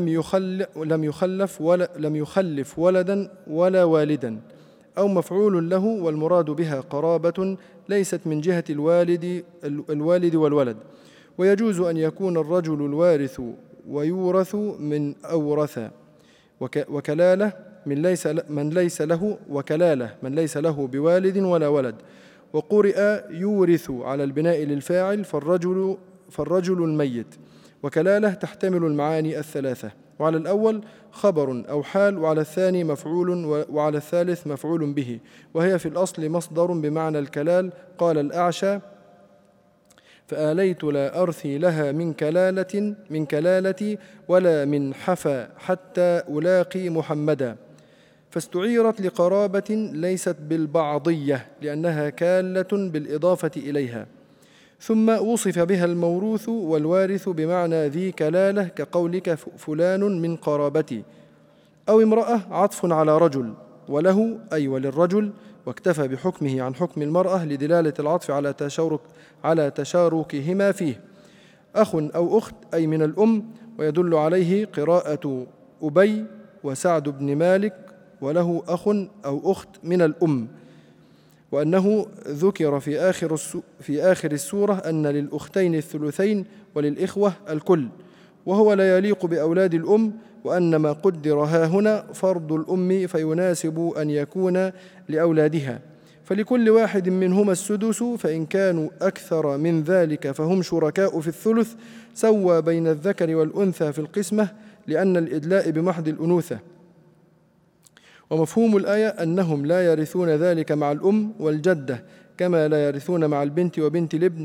لم يخلف ولدا ولا والدا، أو مفعول له والمراد بها قرابة ليست من جهة الوالد والولد. ويجوز أن يكون الرجل الوارث ويورث من أورث، وكلالة من ليس له، وكلالة من ليس له بوالد ولا ولد. وقرئ يورث على البناء للفاعل فالرجل الميت، وكلالة تحتمل المعاني الثلاثة، وعلى الأول خبر أو حال، وعلى الثاني مفعول، وعلى الثالث مفعول به، وهي في الأصل مصدر بمعنى الكلال. قال الأعشى: فآليت لا أرثي لها من كلالتي ولا من حفا حتى ألاقي محمدا، فاستعيرت لقرابة ليست بالبعضية لأنها كالة بالإضافة إليها. ثم وصف بها الموروث والوارث بمعنى ذي كلالة، كقولك فلان من قرابتي. أو امرأة عطف على رجل، وله أي وللرجل، واكتفى بحكمه عن حكم المرأة لدلالة العطف على تشاركهما فيه. أخ أو أخت أي من الأم، ويدل عليه قراءة أبي وسعد بن مالك: وله أخ أو أخت من الأم، وأنه ذكر في آخر السورة أن للأختين الثلثين وللإخوة الكل، وهو لا يليق بأولاد الأم، وأن ما قدر هاهنا فرض الأم فيناسب أن يكون لأولادها، فلكل واحد منهما السدس، فإن كانوا أكثر من ذلك فهم شركاء في الثلث، سوى بين الذكر والأنثى في القسمة، لأن الإدلاء بمحض الأنوثة. ومفهوم الآية أنهم لا يرثون ذلك مع الأم والجدة، كما لا يرثون مع البنت وبنت الابن،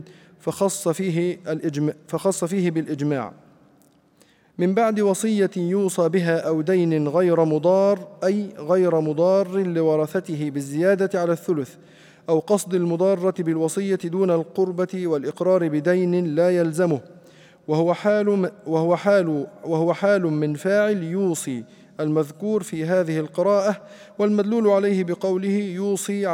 فخص فيه بالإجماع. من بعد وصية يوصى بها أو دين غير مضار، أي غير مضار لورثته بالزيادة على الثلث، أو قصد المضارة بالوصية دون القربة والإقرار بدين لا يلزمه، وهو حال من فاعل يوصي المذكور في هذه القراءة، والمدلول عليه بقوله يوصى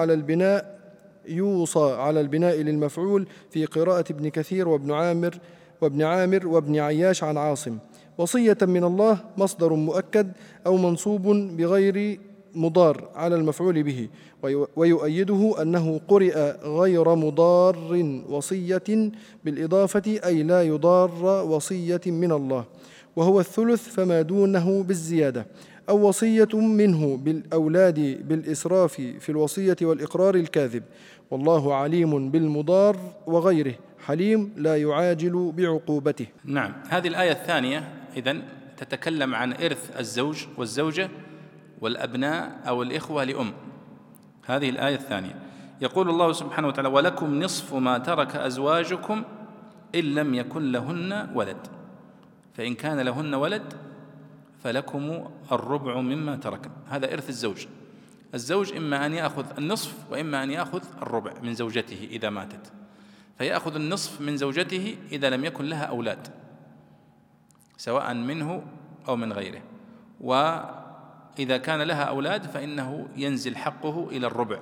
على البناء للمفعول في قراءة ابن كثير وابن عامر وابن عياش عن عاصم. وصية من الله مصدر مؤكد أو منصوب بغير مضار على المفعول به، ويؤيده أنه قرئ غير مضار وصية بالإضافة، أي لا يضار وصية من الله، وهو الثلث فما دونه بالزيادة، أو وصية منه بالأولاد بالإسراف في الوصية والإقرار الكاذب. والله عليم بالمضار وغيره، حليم لا يعاجل بعقوبته. نعم، هذه الآية الثانية إذن تتكلم عن إرث الزوج والزوجة والأبناء أو الإخوة لأم. هذه الآية الثانية يقول الله سبحانه وتعالى: ولكم نصف ما ترك أزواجكم إن لم يكن لهن ولد، فإن كان لهن ولد فلكم الربع مما تركن. هذا إرث الزوج إما أن يأخذ النصف وإما أن يأخذ الربع من زوجته إذا ماتت، فيأخذ النصف من زوجته إذا لم يكن لها أولاد سواء منه أو من غيره، وإذا كان لها أولاد فإنه ينزل حقه إلى الربع.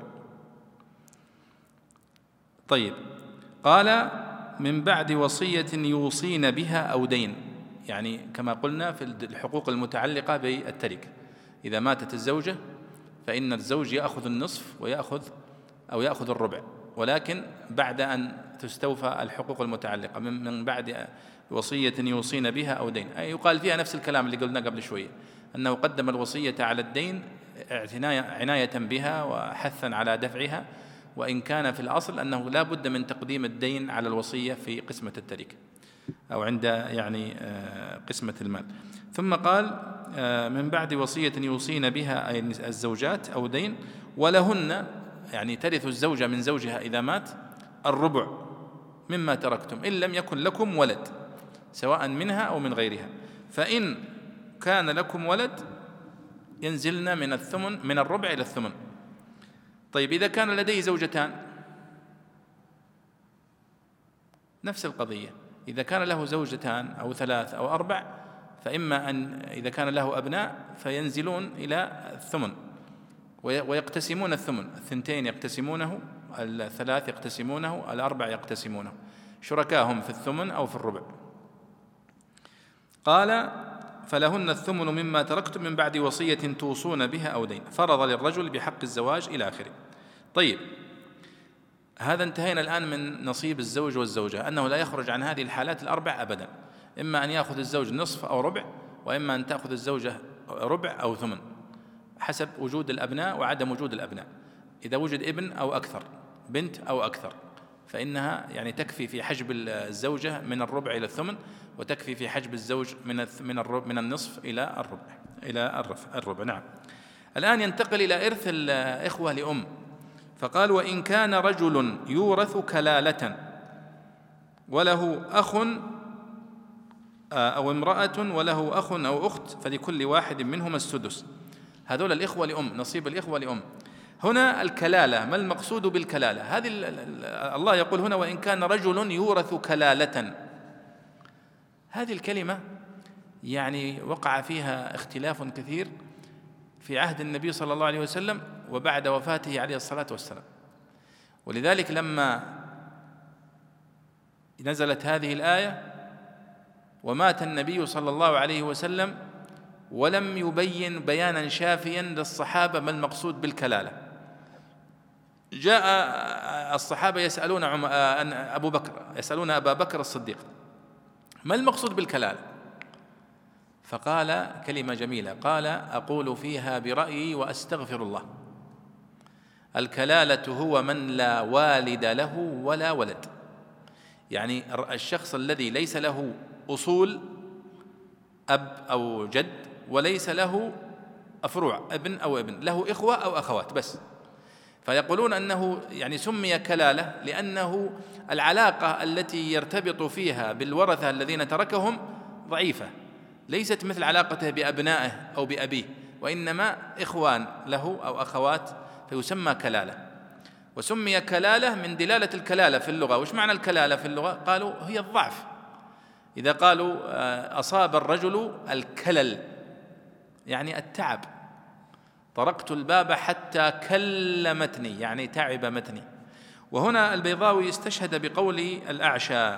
طيب، قال: من بعد وصية يوصين بها أو دين، يعني كما قلنا في الحقوق المتعلقة بالتركة، إذا ماتت الزوجة فإن الزوج يأخذ النصف يأخذ الربع، ولكن بعد أن تستوفى الحقوق المتعلقة من بعد وصية يوصين بها أو دين، أي يقال فيها نفس الكلام اللي قلنا قبل شوية، أنه قدم الوصية على الدين عناية بها وحثا على دفعها، وإن كان في الأصل أنه لا بد من تقديم الدين على الوصية في قسمة التركة أو عند يعني قسمة المال. ثم قال من بعد وصية يوصين بها أي الزوجات أو دين، ولهن يعني ترث الزوجة من زوجها إذا مات الربع مما تركتم إن لم يكن لكم ولد، سواء منها أو من غيرها، فإن كان لكم ولد ينزلن من الثمن من الربع إلى الثمن. طيب إذا كان لديه زوجتان نفس القضية، إذا كان له زوجتان أو ثلاث أو أربع فإما أن إذا كان له أبناء فينزلون إلى الثمن ويقتسمون الثمن، الثنتين يقتسمونه، الثلاث يقتسمونه، الأربع يقتسمونه، شركاهم في الثمن أو في الربع. قال فلهن الثمن مما تركتم من بعد وصية توصون بها أو دين، فرض للرجل بحق الزواج إلى آخره. طيب هذا انتهينا الآن من نصيب الزوج والزوجة، أنه لا يخرج عن هذه الحالات الأربع أبدا، إما أن يأخذ الزوج نصف أو ربع، وإما أن تأخذ الزوجة ربع أو ثمن حسب وجود الأبناء وعدم وجود الأبناء. إذا وجد ابن أو أكثر، بنت أو أكثر، فإنها يعني تكفي في حجب الزوجة من الربع إلى الثمن، وتكفي في حجب الزوج من النصف إلى الربع. نعم. الآن ينتقل إلى إرث الإخوة لأم، فقال وإن كان رجل يورث كلالة وله أخ أو امرأة وله أخ أو أخت فلكل واحد منهما السدس. هذول الإخوة لأم، نصيب الإخوة لأم. هنا الكلالة، ما المقصود بالكلالة؟ هذه الله يقول هنا وإن كان رجل يورث كلالة، هذه الكلمة يعني وقع فيها اختلاف كثير في عهد النبي صلى الله عليه وسلم وبعد وفاته عليه الصلاة والسلام. ولذلك لما نزلت هذه الآية ومات النبي صلى الله عليه وسلم ولم يبين بيانا شافيا للصحابة ما المقصود بالكلالة، جاء الصحابة يسألون يسألون أبا بكر الصديق ما المقصود بالكلالة؟ فقال كلمة جميلة، قال أقول فيها برأيي وأستغفر الله. الكلالة هو من لا والد له ولا ولد، يعني الشخص الذي ليس له أصول أب أو جد وليس له أفروع ابن أو ابن، له إخوة أو أخوات بس. فيقولون أنه يعني سمي كلالة لأنه العلاقة التي يرتبط فيها بالورثة الذين تركهم ضعيفة، ليست مثل علاقته بأبنائه أو بأبيه، وإنما إخوان له أو أخوات، فيسمى كلالة. وسمي كلالة من دلالة الكلالة في اللغة. وش معنى الكلالة في اللغة؟ قالوا هي الضعف. إذا قالوا أصاب الرجل الكلل يعني التعب، طرقت الباب حتى كلمتني يعني تعب متني. وهنا البيضاوي استشهد بقول الأعشى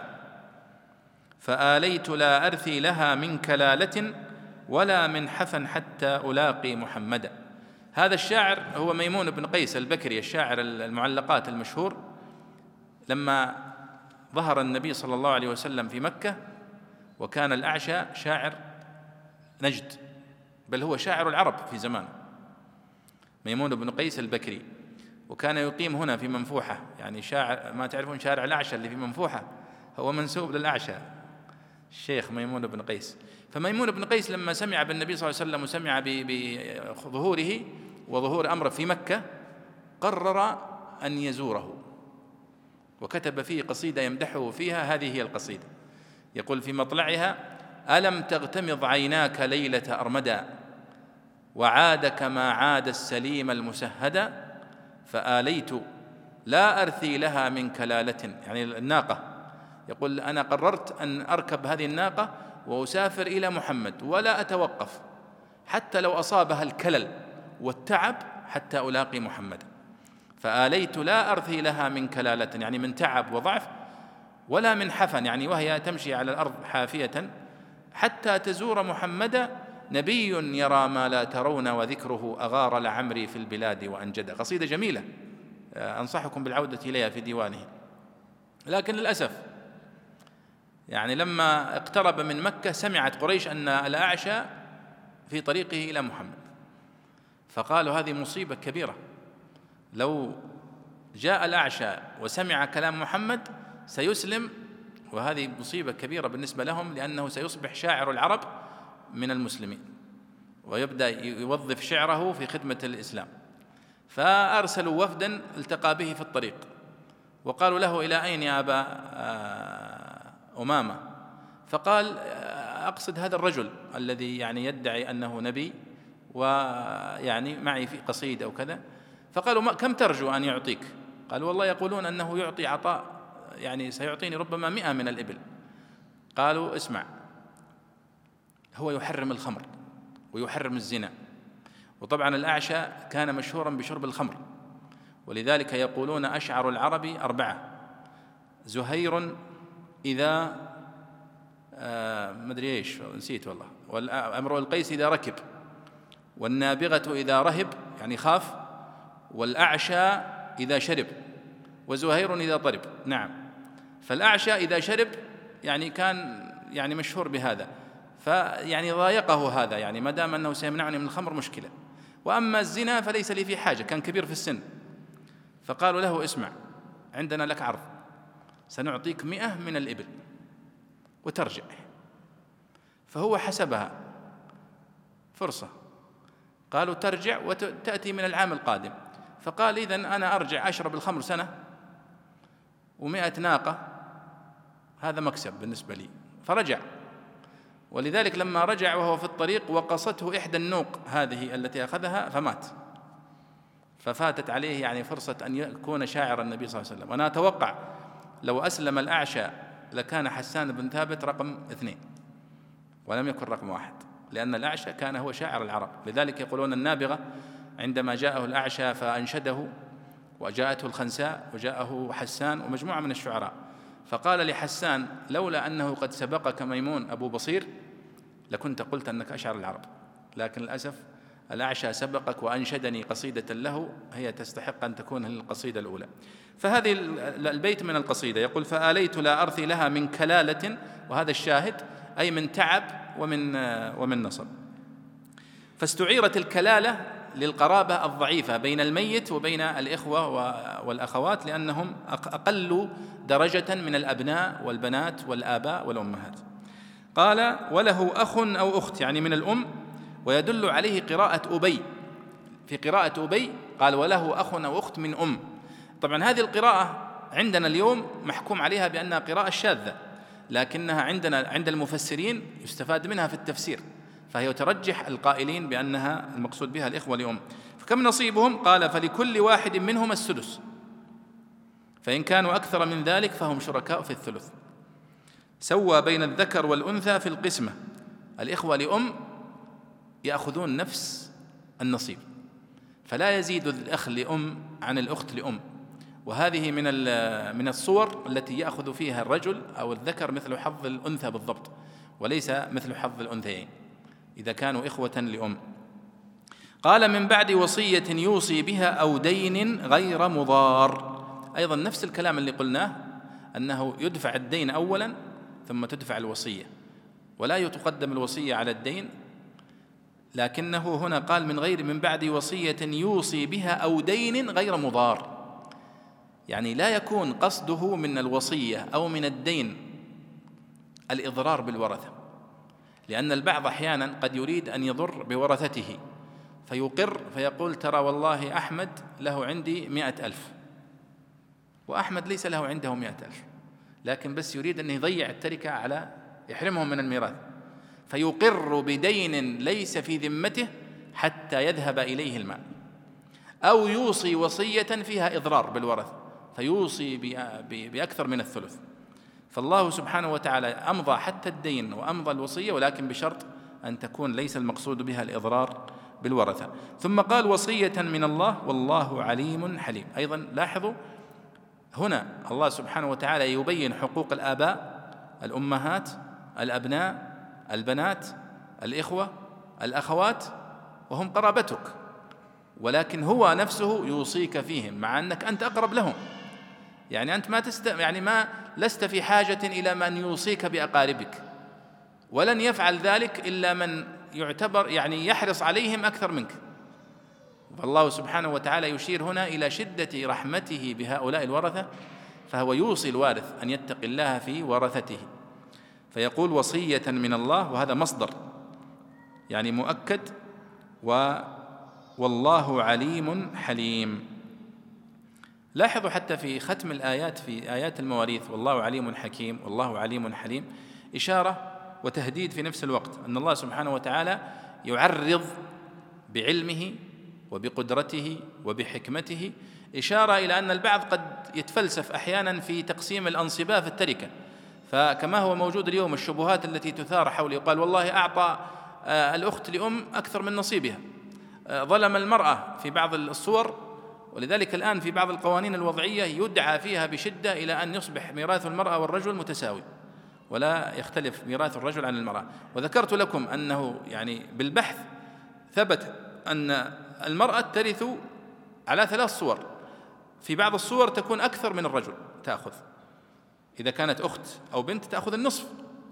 فآليت لا أرثي لها من كلالة ولا من حفن حتى ألاقي محمدا. هذا الشاعر هو ميمون بن قيس البكري، الشاعر المعلقات المشهور. لما ظهر النبي صلى الله عليه وسلم في مكة وكان الأعشى شاعر نجد، بل هو شاعر العرب في زمان، ميمون بن قيس البكري، وكان يقيم هنا في منفوحة، يعني شاعر ما تعرفون شارع الأعشى اللي في منفوحة هو منسوب للأعشى الشيخ ميمون بن قيس. فميمون بن قيس لما سمع بالنبي صلى الله عليه وسلم وسمع بظهوره وظهور أمره في مكة قرر أن يزوره، وكتب فيه قصيدة يمدحه فيها. هذه هي القصيدة، يقول في مطلعها: ألم تغتمض عيناك ليلة أرمدا وعاد كما عاد السليم المسهدا فآليت لا أرثي لها من كلالة، يعني الناقة. يقول أنا قررت أن أركب هذه الناقة وأسافر إلى محمد ولا أتوقف حتى لو أصابها الكلل والتعب حتى ألاقي محمد. فآليت لا أرثي لها من كلالة يعني من تعب وضعف، ولا من حفن يعني وهي تمشي على الأرض حافية، حتى تزور محمدا نبي يرى ما لا ترون وذكره أغار لعمري في البلاد وأنجد. قصيدة جميلة أنصحكم بالعودة إليها في ديوانه. لكن للأسف يعني لما اقترب من مكة سمعت قريش أن الأعشى في طريقه إلى محمد، فقالوا هذه مصيبة كبيرة، لو جاء الأعشى وسمع كلام محمد سيسلم، وهذه مصيبة كبيرة بالنسبة لهم، لأنه سيصبح شاعر العرب من المسلمين ويبدأ يوظف شعره في خدمة الإسلام. فأرسلوا وفدا التقى به في الطريق وقالوا له: إلى أين يا أبا أمامة؟ فقال: أقصد هذا الرجل الذي يعني يدعي أنه نبي ويعني معي في قصيدة أو كذا. فقالوا: كم ترجو أن يعطيك؟ قال: والله يقولون أنه يعطي عطاء يعني سيعطيني ربما 100 من الإبل. قالوا: اسمع، هو يحرم الخمر ويحرم الزنا، وطبعا الأعشى كان مشهورا بشرب الخمر، ولذلك يقولون أشعر العرب 4: زهير إذا مدري إيش نسيت والله، وامرؤ القيس إذا ركب، والنابغة إذا رهب يعني خاف، والأعشى إذا شرب، وزهير إذا طرب. نعم، فالأعشى إذا شرب يعني كان يعني مشهور بهذا، فيعني ضايقه هذا، يعني ما دام أنه سيمنعني من الخمر مشكلة، وأما الزنا فليس لي في حاجة، كان كبير في السن. فقالوا له: اسمع، عندنا لك عرض، سنعطيك 100 من الإبل وترجع. فهو حسبها فرصة، قالوا: ترجع وتأتي من العام القادم. فقال: إذن أنا أرجع أشرب الخمر سنة و100 ناقة، هذا مكسب بالنسبة لي. فرجع، ولذلك لما رجع وهو في الطريق وقصته إحدى النوق هذه التي أخذها فمات، ففاتت عليه يعني فرصة أن يكون شاعر النبي صلى الله عليه وسلم. وأنا أتوقع لو أسلم الأعشى لكان حسان بن ثابت رقم 2 ولم يكن رقم 1، لأن الأعشى كان هو شاعر العرب. لذلك يقولون النابغة عندما جاءه الأعشى فأنشده، وجاءته الخنساء، وجاءه حسان ومجموعة من الشعراء، فقال لحسان: لولا أنه قد سبقك ميمون أبو بصير لكنت قلت أنك أشعر العرب، لكن للأسف الأعشى سبقك وأنشدني قصيدة له هي تستحق أن تكون القصيدة الأولى. فهذه البيت من القصيدة يقول: فآليت لا أرثي لها من كلالة، وهذا الشاهد، أي من تعب ومن نصب. فاستعيرت الكلالة للقرابة الضعيفة بين الميت وبين الإخوة والأخوات، لأنهم أقل درجة من الأبناء والبنات والآباء والأمهات. قال: وله أخ أو أخت يعني من الأم، ويدل عليه قراءة أبي. في قراءة أبي قال: وله أخ أو أخت من أم. طبعا هذه القراءة عندنا اليوم محكوم عليها بأنها قراءة شاذة، لكنها عندنا عند المفسرين يستفاد منها في التفسير، فهي ترجح القائلين بأنها المقصود بها الإخوة لأم. فكم نصيبهم؟ قال: فلكل واحد منهم السدس، فإن كانوا أكثر من ذلك فهم شركاء في الثلث. سوى بين الذكر والأنثى في القسمة، الإخوة لأم يأخذون نفس النصيب، فلا يزيد الأخ لأم عن الأخت لأم. وهذه من الصور التي يأخذ فيها الرجل أو الذكر مثل حظ الأنثى بالضبط، وليس مثل حظ الأنثيين إذا كانوا إخوة لأم. قال: من بعد وصية يوصي بها أو دين غير مضار. أيضا نفس الكلام اللي قلناه، أنه يدفع الدين أولا ثم تدفع الوصية، ولا تقدم الوصية على الدين، لكنه هنا قال: من بعد وصية يوصي بها أو دين غير مضار، يعني لا يكون قصده من الوصية أو من الدين الإضرار بالورثة، لأن البعض أحيانا قد يريد أن يضر بورثته فيقر فيقول: ترى والله أحمد له عندي 100,000، وأحمد ليس له عنده 100,000، لكن بس يريد أن يضيع التركة على يحرمهم من الميراث، فيقر بدين ليس في ذمته حتى يذهب إليه المال، أو يوصي وصية فيها إضرار بالورثة فيوصي بأكثر من الثلث. فالله سبحانه وتعالى أمضى حتى الدين وأمضى الوصية، ولكن بشرط أن تكون ليس المقصود بها الإضرار بالورثة. ثم قال: وصية من الله والله عليم حليم. أيضا لاحظوا هنا الله سبحانه وتعالى يبين حقوق الآباء، الأمهات، الأبناء، البنات، الإخوة، الأخوات، وهم قرابتك، ولكن هو نفسه يوصيك فيهم مع أنك أنت أقرب لهم. يعني أنت ما لست في حاجة إلى من يوصيك بأقاربك، ولن يفعل ذلك إلا من يعتبر يعني يحرص عليهم أكثر منك، فالله سبحانه وتعالى يشير هنا إلى شدة رحمته بهؤلاء الورثة، فهو يوصي الوارث أن يتقي الله في ورثته، فيقول وصية من الله، وهذا مصدر يعني مؤكد، والله عليم حليم. لاحظوا حتى في ختم الآيات في آيات المواريث والله عليم حكيم والله عليم حليم، إشارة وتهديد في نفس الوقت، أن الله سبحانه وتعالى يعرض بعلمه وبقدرته وبحكمته، إشارة إلى أن البعض قد يتفلسف أحيانا في تقسيم الأنصباء في التركة، فكما هو موجود اليوم الشبهات التي تثار حول، يقال والله أعطى الأخت لأم أكثر من نصيبها، ظلم المرأة في بعض الصور، ولذلك الآن في بعض القوانين الوضعية يدعى فيها بشدة إلى أن يصبح ميراث المرأة والرجل متساوي، ولا يختلف ميراث الرجل عن المرأة. وذكرت لكم أنه يعني بالبحث ثبت أن المرأة ترث على 3 صور، في بعض الصور تكون أكثر من الرجل، تأخذ إذا كانت أخت أو بنت تأخذ النصف،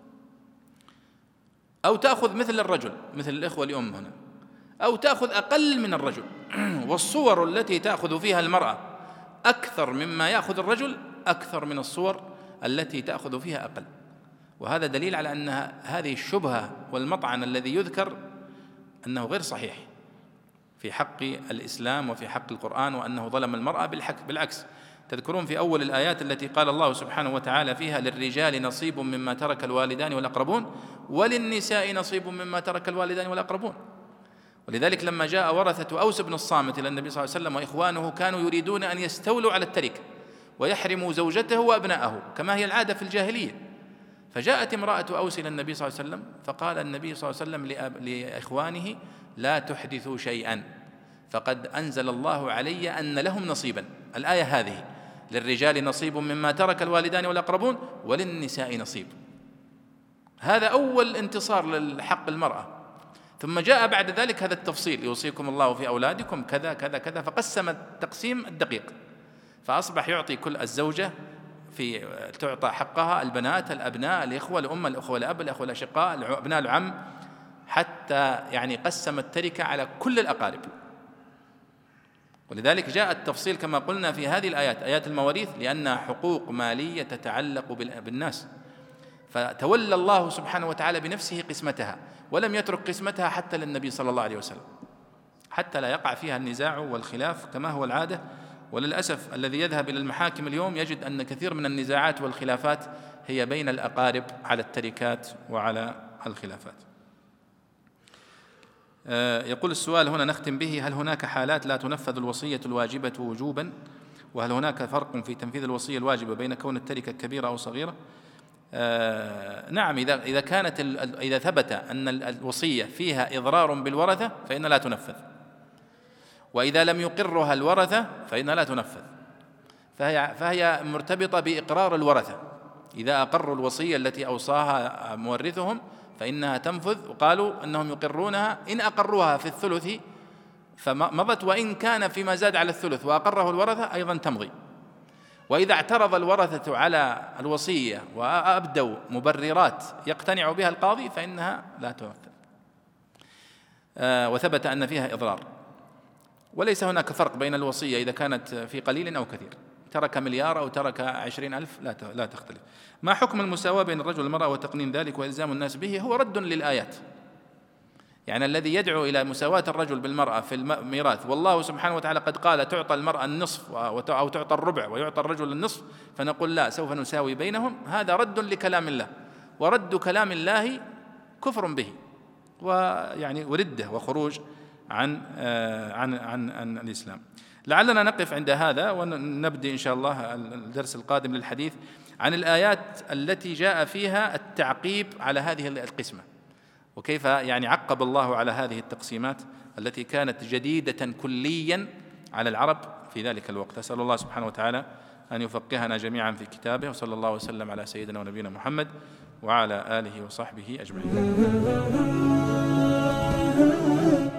أو تأخذ مثل الرجل مثل الإخوة لأم هنا، أو تأخذ أقل من الرجل. والصور التي تأخذ فيها المرأة أكثر مما يأخذ الرجل أكثر من الصور التي تأخذ فيها أقل. وهذا دليل على أن هذه الشبهة والمطعن الذي يذكر أنه غير صحيح في حق الإسلام وفي حق القرآن، وأنه ظلم المرأة. بالعكس، تذكرون في أول الآيات التي قال الله سبحانه وتعالى فيها للرجال نصيب مما ترك الوالدان والأقربون وللنساء نصيب مما ترك الوالدان والأقربون. ولذلك لما جاء ورثة أوس بن الصامت إلى النبي صلى الله عليه وسلم وإخوانه كانوا يريدون أن يستولوا على التركة ويحرموا زوجته وأبناءه كما هي العادة في الجاهلية، فجاءت امرأة أوس إلى النبي صلى الله عليه وسلم فقال النبي صلى الله عليه وسلم لإخوانه لا تحدثوا شيئا فقد أنزل الله علي أن لهم نصيبا، الآية هذه للرجال نصيب مما ترك الوالدان والأقربون وللنساء نصيب. هذا أول انتصار للحق المرأة. ثم جاء بعد ذلك هذا التفصيل يوصيكم الله في أولادكم كذا كذا كذا، فقسم التقسيم الدقيق، فأصبح يعطي كل الزوجة تعطى حقها، البنات، الأبناء، الإخوة، الأم، الأخوة، الأب، الأخوة الأشقاء، أبناء العم، حتى يعني قسم التركة على كل الأقارب. ولذلك جاء التفصيل كما قلنا في هذه الآيات، آيات المواريث، لأنها حقوق مالية تتعلق بالناس، فتولى الله سبحانه وتعالى بنفسه قسمتها، ولم يترك قسمتها حتى للنبي صلى الله عليه وسلم، حتى لا يقع فيها النزاع والخلاف كما هو العادة. وللأسف الذي يذهب إلى المحاكم اليوم يجد أن كثير من النزاعات والخلافات هي بين الأقارب على التركات وعلى الخلافات. يقول السؤال هنا نختم به: هل هناك حالات لا تنفذ الوصية الواجبة وجوبا؟ وهل هناك فرق في تنفيذ الوصية الواجبة بين كون التركة كبيرة أو صغيرة؟ نعم، إذا ثبت أن الوصية فيها إضرار بالورثة فإن لا تنفذ، وإذا لم يقرها الورثة فإن لا تنفذ، فهي مرتبطة بإقرار الورثة. إذا أقروا الوصية التي أوصاها مورثهم فإنها تنفذ، وقالوا أنهم يقرونها، إن أقروها في الثلث فمضت، وإن كان فيما زاد على الثلث وأقره الورثة أيضا تمضي. وإذا اعترض الورثة على الوصية وأبدوا مبررات يقتنع بها القاضي فإنها لا تنفذ، وثبت أن فيها إضرار. وليس هناك فرق بين الوصية إذا كانت في قليل أو كثير، ترك مليار أو ترك 20,000 لا تختلف. ما حكم المساواة بين الرجل والمرأة وتقنين ذلك وإلزام الناس به؟ هو رد للآيات، يعني الذي يدعو إلى مساواة الرجل بالمرأة في الميراث، والله سبحانه وتعالى قد قال تعطى المرأة النصف أو تعطى الربع ويعطى الرجل النصف، فنقول لا، سوف نساوي بينهم. هذا رد لكلام الله، ورد كلام الله كفر به، ويعني وردة وخروج عن الإسلام. لعلنا نقف عند هذا ونبدأ إن شاء الله الدرس القادم للحديث عن الآيات التي جاء فيها التعقيب على هذه القسمة، وكيف يعني عقب الله على هذه التقسيمات التي كانت جديدة كليا على العرب في ذلك الوقت. أسأل الله سبحانه وتعالى أن يفقهنا جميعا في كتابه، وصلى الله وسلم على سيدنا ونبينا محمد وعلى آله وصحبه أجمعين.